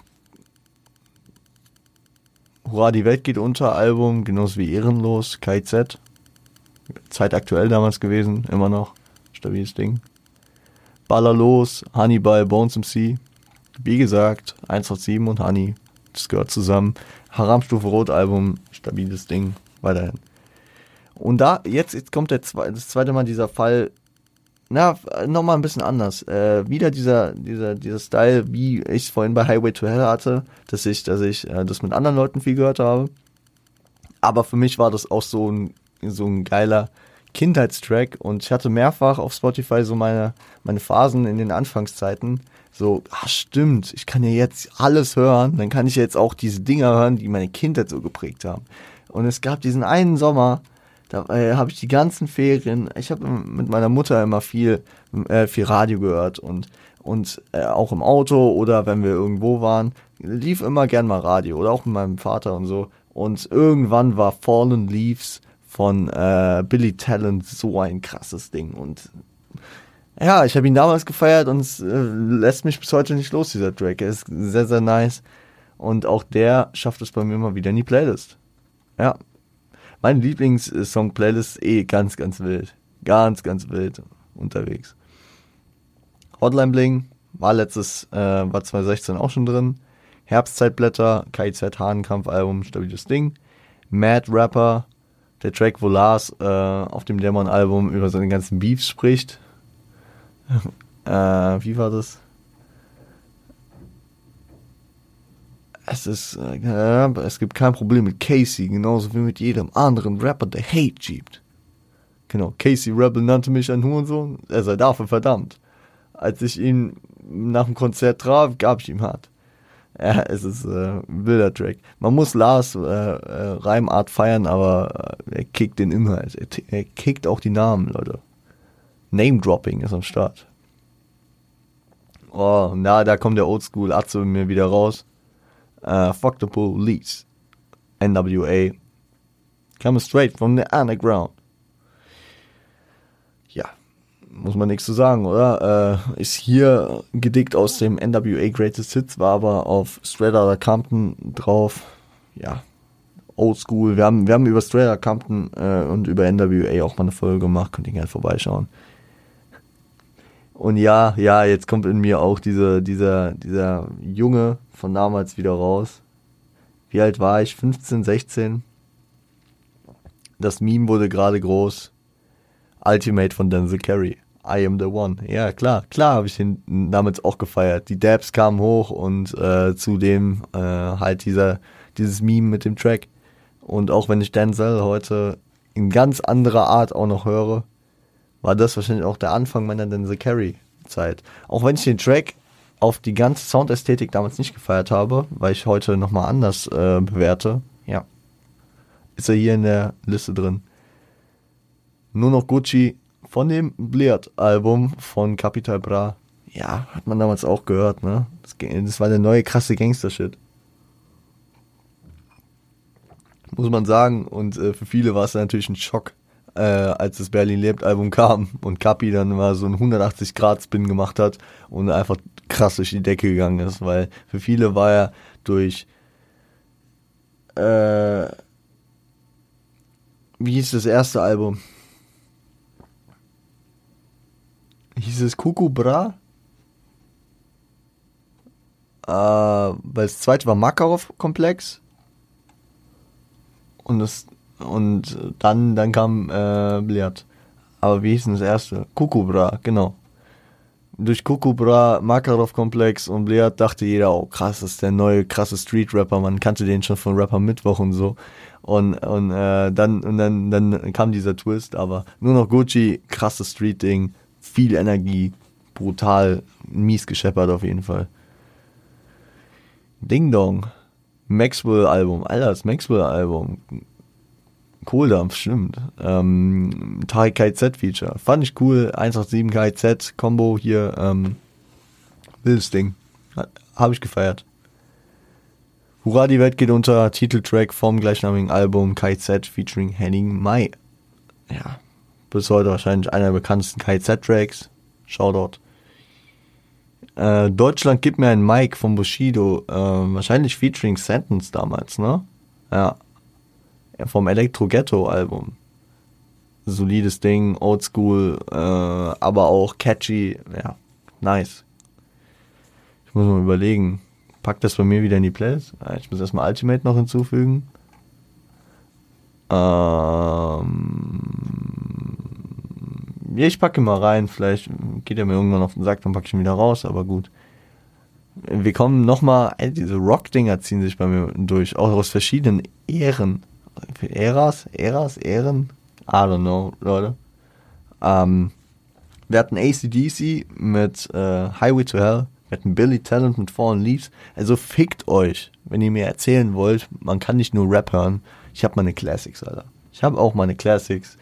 die Welt geht unter Album, genauso wie Ehrenlos, KIZ. Zeitaktuell damals gewesen, immer noch. Stabiles Ding. Baller los, Hannibal, Bones MC. Wie gesagt, 187 und Honey. Das gehört zusammen. Haramstufe Rot Album, stabiles Ding, weiterhin. Und da, jetzt kommt das zweite Mal dieser Fall, nochmal ein bisschen anders. Wieder dieser Style, wie ich es vorhin bei Highway to Hell hatte, dass ich das mit anderen Leuten viel gehört habe. Aber für mich war das auch so ein geiler Kindheitstrack und ich hatte mehrfach auf Spotify so meine Phasen in den Anfangszeiten. So, stimmt, ich kann ja jetzt alles hören, dann kann ich jetzt auch diese Dinger hören, die meine Kindheit so geprägt haben. Und es gab diesen einen Sommer, da habe ich die ganzen Ferien, ich habe mit meiner Mutter immer viel Radio gehört und auch im Auto oder wenn wir irgendwo waren, lief immer gern mal Radio oder auch mit meinem Vater und so. Und irgendwann war Fallen Leaves von Billy Talent so ein krasses Ding und ja, ich habe ihn damals gefeiert und es lässt mich bis heute nicht los, dieser Track. Er ist sehr, sehr nice. Und auch der schafft es bei mir immer wieder in die Playlist. Ja. Meine Lieblings-Song-Playlist ist ganz, ganz wild. Ganz, ganz wild unterwegs. Hotline Bling war 2016 auch schon drin. Herbstzeitblätter, KIZ Hahnenkampf-Album, stabiles Ding. Mad Rapper, der Track, wo Lars auf dem Dämon-Album über seine ganzen Beefs spricht. Wie war das? Es gibt kein Problem mit Casey, genauso wie mit jedem anderen Rapper, der Hate schiebt. Genau, Casey Rebel nannte mich ein Hurensohn, er sei dafür verdammt. Als ich ihn nach dem Konzert traf, gab ich ihm hart. Ja, es ist ein wilder Track. Man muss Lars Reimart feiern, aber er kickt den Inhalt. Er kickt auch die Namen, Leute. Name-Dropping ist am Start. Oh, da kommt der Oldschool Atze mir wieder raus. Fuck the Police. NWA. Coming straight from the underground. Ja, muss man nichts zu sagen, oder? Ist hier gedickt aus dem NWA Greatest Hits, war aber auf Straight Outta Compton drauf. Ja, Oldschool. Wir haben über Straight Outta Compton und über NWA auch mal eine Folge gemacht. Könnt ihr gerne vorbeischauen. Und ja, jetzt kommt in mir auch dieser Junge von damals wieder raus. Wie alt war ich? 15, 16. Das Meme wurde gerade groß. Ultimate von Denzel Curry. I am the one. Ja, klar habe ich ihn damals auch gefeiert. Die Dabs kamen hoch und zudem halt dieses Meme mit dem Track. Und auch wenn ich Denzel heute in ganz anderer Art auch noch höre, war das wahrscheinlich auch der Anfang meiner Denzel Curry Zeit. Auch wenn ich den Track auf die ganze Soundästhetik damals nicht gefeiert habe, weil ich heute nochmal anders bewerte, ja, ist er hier in der Liste drin. Nur noch Gucci von dem Bleard-Album von Capital Bra. Ja, hat man damals auch gehört, ne? Das war der neue krasse Gangster-Shit. Muss man sagen. Und für viele war es natürlich ein Schock, als das Berlin lebt Album kam und Capi dann mal so einen 180-Grad-Spin gemacht hat und einfach krass durch die Decke gegangen ist, weil für viele war er durch wie hieß das erste Album? Hieß es Kuku Bra? Weil das zweite war Makarov-Komplex und das Und dann kam Bliat. Aber wie hieß denn das erste? Kukubra, genau. Durch Kukubra, Makarov-Komplex und Bliat dachte jeder, oh krass, das ist der neue krasse Street-Rapper, man kannte den schon von Rapper Mittwoch und so. Und dann kam dieser Twist, aber nur noch Gucci, krasses Street-Ding, viel Energie, brutal, mies gescheppert auf jeden Fall. Ding Dong, Maxwell-Album, Alter, das Maxwell-Album. Kohldampf, stimmt. Tarek KZ-Feature. Fand ich cool. 187 KZ-Kombo hier. Wildes Ding. Habe ich gefeiert. Hurra, die Welt geht unter. Titeltrack vom gleichnamigen Album KZ featuring Henning Mai. Ja, bis heute wahrscheinlich einer der bekanntesten KZ-Tracks. Shoutout. Deutschland gibt mir ein Mic von Bushido. Wahrscheinlich featuring Sentence damals, ne? Ja. Vom Elektro-Ghetto-Album. Solides Ding, oldschool, aber auch catchy. Ja, nice. Ich muss mal überlegen. Pack das bei mir wieder in die Playlist. Ich muss erstmal Ultimate noch hinzufügen. Ich packe ihn mal rein. Vielleicht geht er mir irgendwann auf den Sack, dann packe ich ihn wieder raus, aber gut. Wir kommen nochmal, diese Rock-Dinger ziehen sich bei mir durch, auch aus verschiedenen Ehren. Ehren? I don't know, Leute. Wir hatten AC/DC mit Highway to Hell, wir hatten Billy Talent mit Fallen Leaves. Also fickt euch, wenn ihr mir erzählen wollt, man kann nicht nur Rap hören. Ich habe meine Classics, Alter. Ich habe auch meine Classics.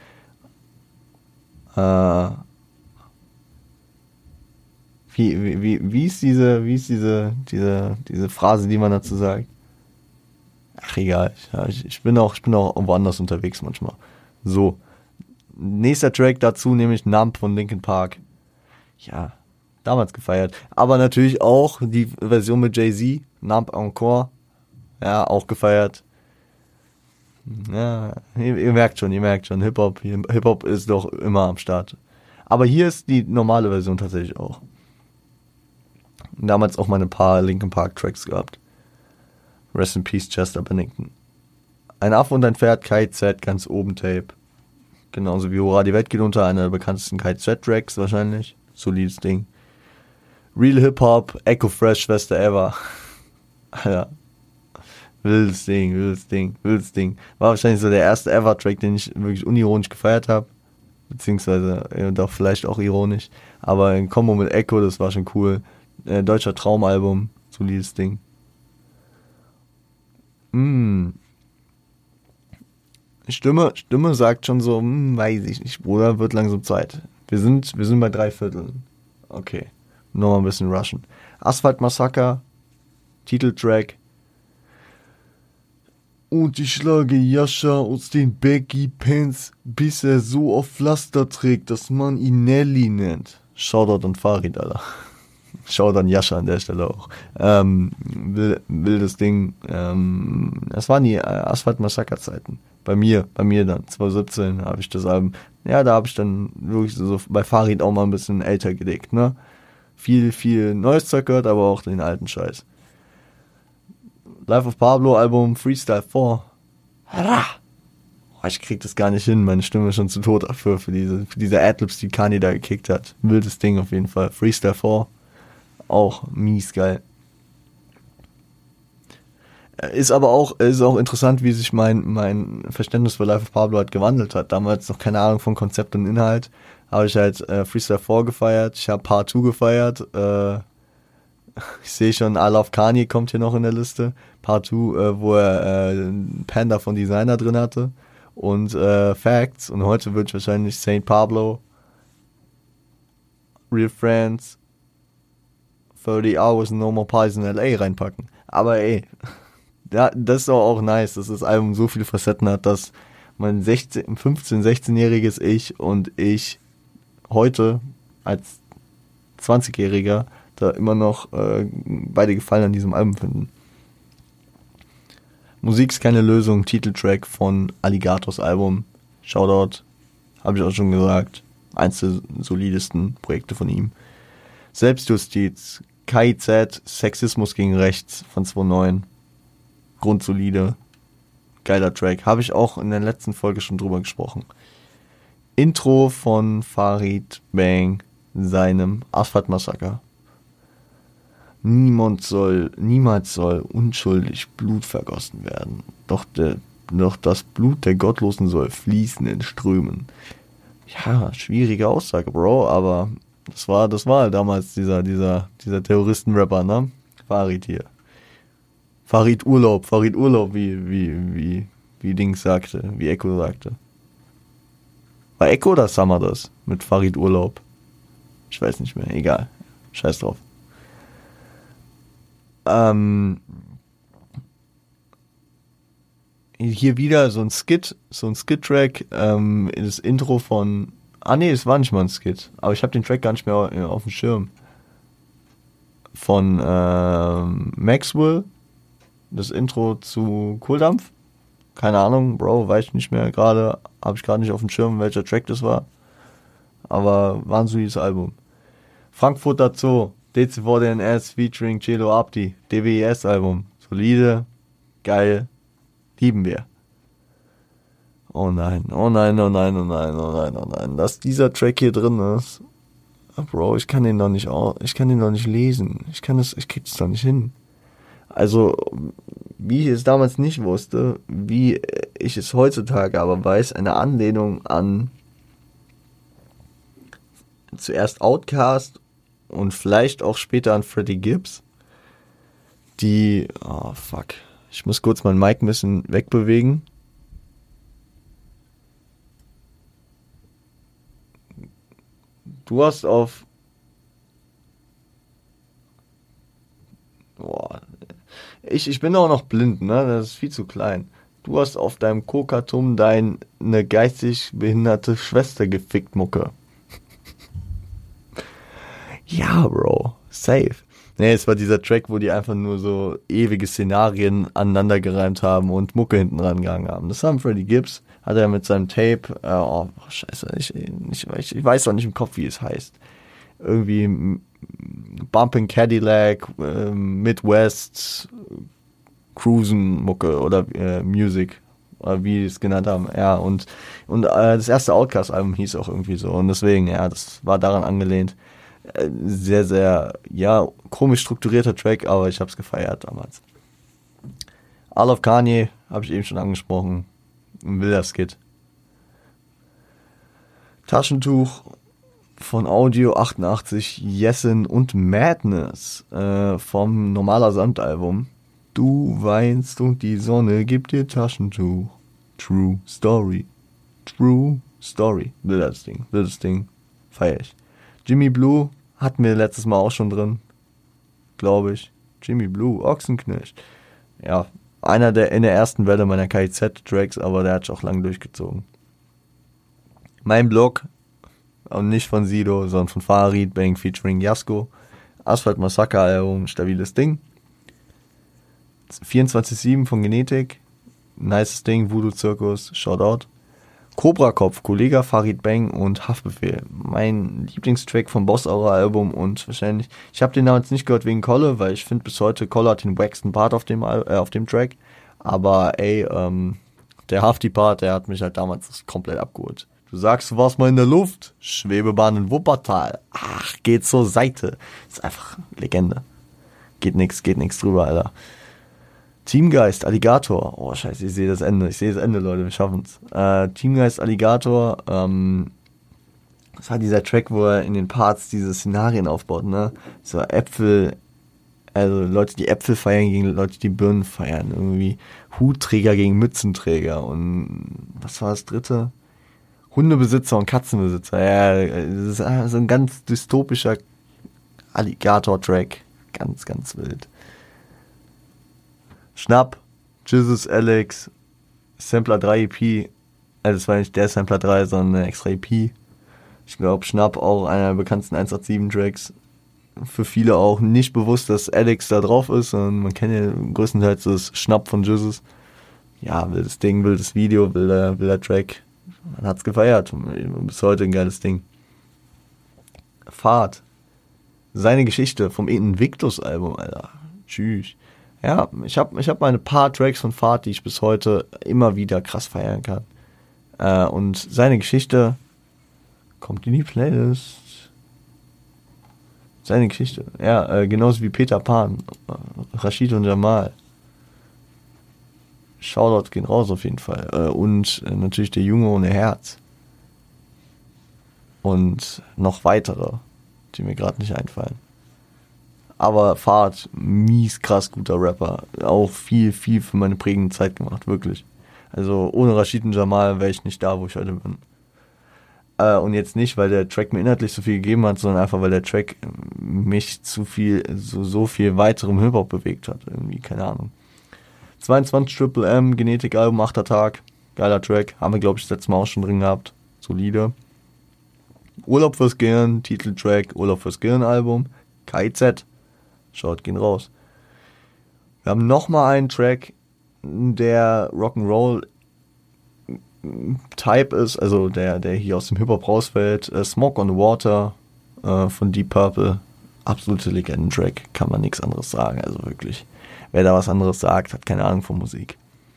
Wie ist diese Phrase, die man dazu sagt? Ach, egal. Ich bin auch woanders unterwegs manchmal. So. Nächster Track dazu, nämlich Numb von Linkin Park. Ja, damals gefeiert. Aber natürlich auch die Version mit Jay-Z, Numb Encore. Ja, auch gefeiert. Ja, ihr merkt schon, Hip-Hop ist doch immer am Start. Aber hier ist die normale Version tatsächlich auch. Damals auch mal ein paar Linkin Park Tracks gehabt. Rest in Peace, Chester Bennington. Ein Affe und ein Pferd, KZ, ganz oben Tape. Genauso wie Hurra, die Welt geht unter, einer der bekanntesten KZ-Tracks wahrscheinlich. Solides Ding. Real Hip-Hop, Echo Fresh, Schwester Ever. Ja. Wildes Ding. War wahrscheinlich so der erste Ever-Track, den ich wirklich unironisch gefeiert habe. Beziehungsweise doch vielleicht auch ironisch. Aber in Kombo mit Echo, das war schon cool. Deutscher Traumalbum, solides Ding. Stimme sagt schon so, weiß ich nicht, Bruder, wird langsam Zeit. Wir sind bei 3/4. Okay, nochmal ein bisschen rushen. Asphalt Massaker, Titeltrack. Und ich schlage Jascha aus den Baggy Pants, bis er so auf Pflaster trägt, dass man ihn Nelly nennt. Shoutout an Farid, Alter. Shoutout an Jascha an der Stelle auch. Wildes Ding. Das waren die Asphalt Massaker Zeiten. Bei mir dann, 2017 habe ich das Album. Ja, da habe ich dann wirklich so bei Farid auch mal ein bisschen älter gelegt, ne? Viel neues Zeug gehört, aber auch den alten Scheiß. Life of Pablo Album Freestyle 4. Ich krieg das gar nicht hin, meine Stimme ist schon zu tot dafür, für diese Adlibs, die Kanye da gekickt hat. Wildes Ding auf jeden Fall. Freestyle 4. Auch mies geil. Ist auch interessant, wie sich mein Verständnis für Life of Pablo halt gewandelt hat. Damals noch keine Ahnung von Konzept und Inhalt. Habe ich halt Freestyle 4 gefeiert. Ich habe Part 2 gefeiert. Ich sehe schon, I Love Kanye kommt hier noch in der Liste. Part 2, wo er Panda von Designer drin hatte. Und Facts. Und heute wird wahrscheinlich St. Pablo, Real Friends, 30 Hours No More Pies in L.A. reinpacken. Aber ey, das ist doch auch nice, dass das Album so viele Facetten hat, dass mein 15-, 16-jähriges Ich und ich heute als 20-Jähriger da immer noch beide Gefallen an diesem Album finden. Musik ist keine Lösung, Titeltrack von Alligators Album. Shoutout, habe ich auch schon gesagt. Eins der solidesten Projekte von ihm. Selbstjustiz, KIZ, Sexismus gegen Rechts von 2009. Grundsolide. geiler Track. Habe ich auch in der letzten Folge schon drüber gesprochen. Intro von Farid Bang, seinem Asphalt Massaker. Niemals soll unschuldig Blut vergossen werden. Doch das Blut der Gottlosen soll fließen in Strömen. Ja, schwierige Aussage, Bro, aber das war damals dieser Terroristen-Rapper, ne? Farid hier. Farid Urlaub, wie Dings sagte, wie Echo sagte. War Echo oder Summer das? Mit Farid Urlaub? Ich weiß nicht mehr, egal. Scheiß drauf. Hier wieder so ein Skit-Track, das Intro von, es war nicht mal ein Skit, aber ich habe den Track gar nicht mehr auf dem Schirm. Von Maxwell, das Intro zu Kohldampf. Keine Ahnung, Bro, weiß ich nicht mehr gerade, habe ich gerade nicht auf dem Schirm, welcher Track das war. Aber war ein solides Album. Frankfurter Zoo, DCVDNS featuring Celo Abdi, DWS-Album. Solide, geil, lieben wir. Oh nein, dass dieser Track hier drin ist. Bro, ich kann den doch nicht lesen. Ich krieg das doch nicht hin. Also, wie ich es damals nicht wusste, wie ich es heutzutage aber weiß, eine Anlehnung an zuerst Outkast und vielleicht auch später an Freddie Gibbs, die, ich muss kurz mein Mic ein bisschen wegbewegen. Du hast auf ich bin auch noch blind, ne? Das ist viel zu klein. Du hast auf deinem Kokatum deine geistig behinderte Schwester gefickt, Mucke. Ja, Bro. Safe. Nee, es war dieser Track, wo die einfach nur so ewige Szenarien aneinander gereimt haben und Mucke hinten dran gegangen haben. Das haben Freddie Gibbs, hat er mit seinem Tape, scheiße, ich weiß auch nicht im Kopf, wie es heißt. Irgendwie Bumpin' Cadillac, Midwest, Cruisen Mucke oder Music, oder wie die es genannt haben. Ja, und das erste Outkast-Album hieß auch irgendwie so. Und deswegen, ja, das war daran angelehnt. Sehr, sehr, ja, komisch strukturierter Track, aber ich hab's gefeiert damals. All of Kanye, habe ich eben schon angesprochen. Ein wilder Skit. Taschentuch von Audio 88, Yesin und Madness vom Normaler Sand-Album. Du weinst und die Sonne gibt dir Taschentuch. True Story. Wildes Ding. Feier ich. Jimmy Blue hatten wir letztes Mal auch schon drin. Glaube ich. Jimmy Blue, Ochsenknecht. Ja, einer in der ersten Welle meiner KIZ-Tracks, aber der hat sich auch lang durchgezogen. Mein Blog, und nicht von Sido, sondern von Farid Bang featuring Jasko. Asphalt Massaker Album, stabiles Ding. 24/7 von Genetik, nices Ding, Voodoo Zirkus, Shoutout. Cobra Kopf, Kollega Farid Bang und Haftbefehl. Mein Lieblingstrack vom Boss Aura Album und wahrscheinlich, ich habe den damals nicht gehört wegen Kolle, weil ich finde bis heute Kolle hat den wacksten Part auf dem Track. Aber der Hafti-Part, der hat mich halt damals komplett abgeholt. Du sagst, du warst mal in der Luft. Schwebebahn in Wuppertal. Ach, geht zur Seite. Ist einfach Legende. Geht nix drüber, Alter. Teamgeist, Alligator. Oh, scheiße, ich sehe das Ende, Leute, wir schaffen's. Teamgeist, Alligator. Das war dieser Track, wo er in den Parts diese Szenarien aufbaut, ne? So Äpfel, also Leute, die Äpfel feiern gegen Leute, die Birnen feiern. Irgendwie Hutträger gegen Mützenträger. Und was war das dritte? Hundebesitzer und Katzenbesitzer. Ja, das ist so ein ganz dystopischer Alligator-Track. Ganz, ganz wild. Schnapp, Jesus Alex, Sampler 3 EP. Das war nicht der Sampler 3, sondern eine extra EP. Ich glaube, Schnapp auch einer der bekanntesten 187-Tracks. Für viele auch nicht bewusst, dass Alex da drauf ist. Und man kennt ja größtenteils das Schnapp von Jesus. Ja, wildes Ding, wildes Video, wilder Track. Man hat's gefeiert. Bis heute ein geiles Ding. Fahrt. Seine Geschichte vom Invictus-Album, Alter. Tschüss. Ja, ich hab meine paar Tracks von Fahrt, die ich bis heute immer wieder krass feiern kann. Und seine Geschichte kommt in die Playlist. Seine Geschichte. Ja, genauso wie Peter Pan, Rashid und Jamal. Shoutout gehen raus auf jeden Fall. Und natürlich der Junge ohne Herz. Und noch weitere, die mir gerade nicht einfallen. Aber Fahrt, mies krass guter Rapper. Auch viel für meine prägende Zeit gemacht, wirklich. Also ohne Rashid und Jamal wäre ich nicht da, wo ich heute bin. Und jetzt nicht, weil der Track mir inhaltlich so viel gegeben hat, sondern einfach, weil der Track mich so viel weiterem Hip-Hop bewegt hat. Irgendwie, keine Ahnung. 22 Triple M, Genetik-Album, 8. Tag. Geiler Track. Haben wir, glaube ich, das letzte Mal auch schon drin gehabt. Solide. Urlaub fürs Gehirn, Titeltrack, Urlaub fürs Gehirn-Album. KIZ. Schaut, gehen raus. Wir haben nochmal einen Track, der Rock'n'Roll Type ist, also der hier aus dem Hip-Hop rausfällt. Smoke on the Water von Deep Purple. Absolute Legendentrack, kann man nichts anderes sagen. Also wirklich, wer da was anderes sagt, hat keine Ahnung von Musik.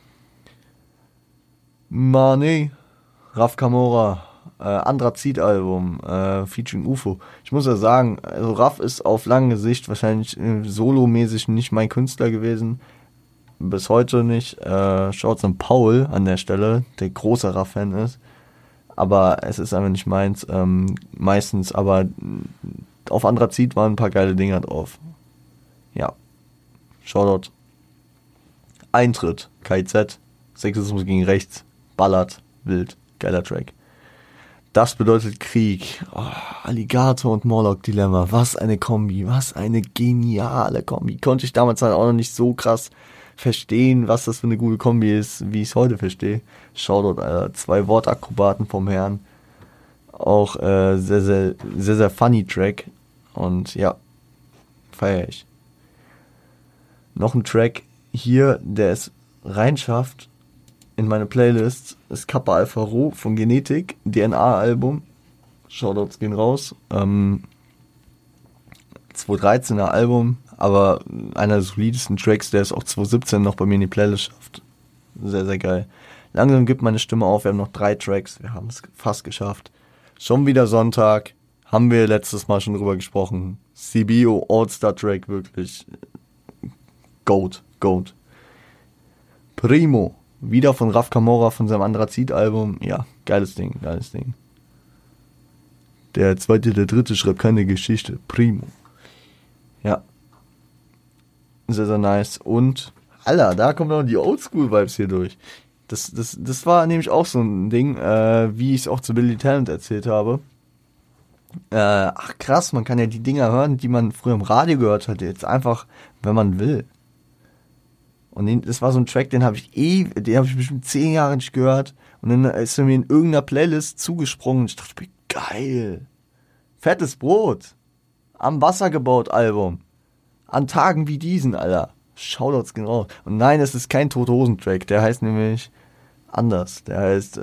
Money, Raf Camora, Anthrazit-Album, featuring UFO. Ich muss ja sagen, also Raf ist auf lange Sicht wahrscheinlich solomäßig nicht mein Künstler gewesen. Bis heute nicht. Schaut an Paul an der Stelle, der großer Raf-Fan ist. Aber es ist einfach nicht meins. Meistens, aber auf Anthrazit waren ein paar geile Dinger drauf. Ja. Shoutout. Eintritt. KIZ. Sexismus gegen rechts. Ballert. Wild. Geiler Track. Das bedeutet Krieg. Oh, Alligator und Morlock-Dilemma. Was eine Kombi. Was eine geniale Kombi. Konnte ich damals halt auch noch nicht so krass verstehen, was das für eine gute Kombi ist, wie ich es heute verstehe. Shoutout, Alter. 2 Wortakrobaten vom Herrn. Auch sehr funny Track. Und ja, feiere ich. Noch ein Track hier, der es reinschafft in meine Playlist, ist Kappa Alpha Rho von Genetik, DNA-Album. Shoutouts gehen raus. 2013er Album, aber einer der solidesten Tracks, der es auch 2017 noch bei mir in die Playlist schafft. Sehr, sehr geil. Langsam gibt meine Stimme auf, wir haben noch 3 Tracks, wir haben es fast geschafft. Schon wieder Sonntag, haben wir letztes Mal schon drüber gesprochen. CBO All-Star Track, wirklich. Goat. Primo, wieder von Raf Camora von seinem Anthrazit-Album. Ja, geiles Ding. Der zweite, der dritte schreibt keine Geschichte. Primo. Ja. Sehr, sehr nice. Und, Alter, da kommen noch die Oldschool-Vibes hier durch. Das war nämlich auch so ein Ding, wie ich es auch zu Billy Talent erzählt habe. Ach krass, man kann ja die Dinger hören, die man früher im Radio gehört hat, jetzt einfach, wenn man will. Und das war so ein Track, den habe ich bestimmt 10 Jahre nicht gehört. Und dann ist er mir in irgendeiner Playlist zugesprungen. Und ich dachte, geil. Fettes Brot. Am Wasser gebaut Album. An Tagen wie diesen, Alter. Shoutouts gehen raus. Und nein, es ist kein Tote Hosen Track. Der heißt nämlich anders. Der heißt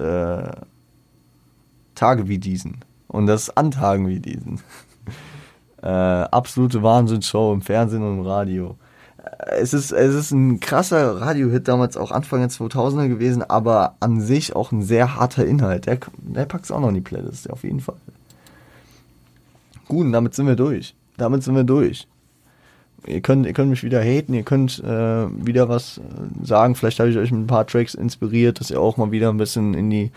Tage wie diesen. Und das ist an Tagen wie diesen. Absolute Wahnsinnsshow im Fernsehen und im Radio. Es ist ein krasser Radiohit, damals auch Anfang der 2000er gewesen, aber an sich auch ein sehr harter Inhalt. Der packt es auch noch in die Playlist, auf jeden Fall. Gut, und damit sind wir durch. Ihr könnt mich wieder haten, ihr könnt wieder was sagen. Vielleicht habe ich euch mit ein paar Tracks inspiriert, dass ihr auch mal wieder ein bisschen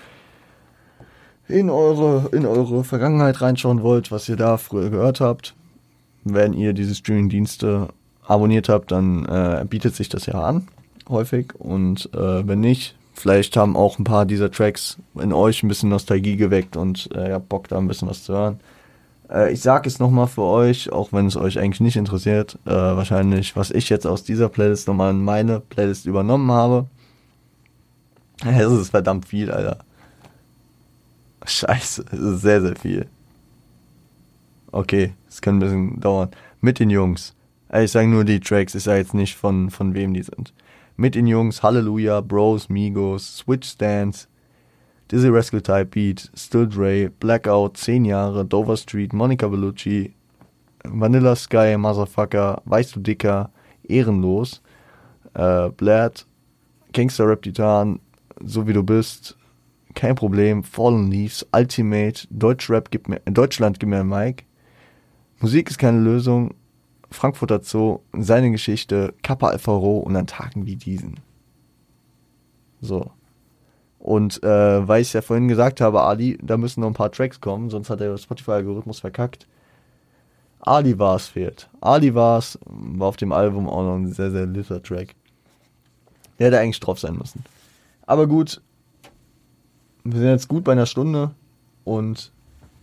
in eure Vergangenheit reinschauen wollt, was ihr da früher gehört habt. Wenn ihr diese Streaming-Dienste abonniert habt, dann bietet sich das ja an, häufig. Und wenn nicht, vielleicht haben auch ein paar dieser Tracks in euch ein bisschen Nostalgie geweckt und ihr habt Bock, da ein bisschen was zu hören. Ich sag es nochmal für euch, auch wenn es euch eigentlich nicht interessiert, wahrscheinlich, was ich jetzt aus dieser Playlist nochmal in meine Playlist übernommen habe. Es ist verdammt viel, Alter. Scheiße, es ist sehr, sehr viel. Okay, es kann ein bisschen dauern. Mit den Jungs. Ich sage nur die Tracks, ich sage jetzt nicht von wem die sind. Mit den Jungs, Halleluja, Bros, Migos, Switch Stance, Dizzy Rascal Type Beat, Still Dre, Blackout, 10 Jahre, Dover Street, Monica Bellucci, Vanilla Sky, Motherfucker, Weißt du Dicker, Ehrenlos, Blad, Gangster Rap Titan, so wie du bist, kein Problem, Fallen Leaves, Ultimate, Deutschland gib mir ein Mic, Musik ist keine Lösung, Frankfurter Zoo, seine Geschichte, Kappa Alpha Rho und an Tagen wie diesen. So. Und weil ich ja vorhin gesagt habe, Ali, da müssen noch ein paar Tracks kommen, sonst hat der Spotify-Algorithmus verkackt. Ali War's fehlt. Ali War's war auf dem Album auch noch ein sehr, sehr litter Track. Der hätte eigentlich drauf sein müssen. Aber gut, wir sind jetzt gut bei einer Stunde und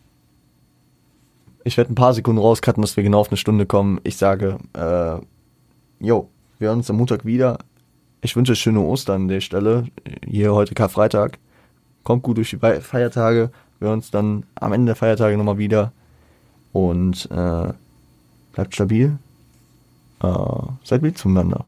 ich werde ein paar Sekunden rauscutten, dass wir genau auf eine Stunde kommen. Ich sage, wir hören uns am Montag wieder. Ich wünsche schöne Ostern an der Stelle. Hier heute Karfreitag. Kommt gut durch die Feiertage. Wir hören uns dann am Ende der Feiertage nochmal wieder. Und bleibt stabil. Seid lieb zueinander.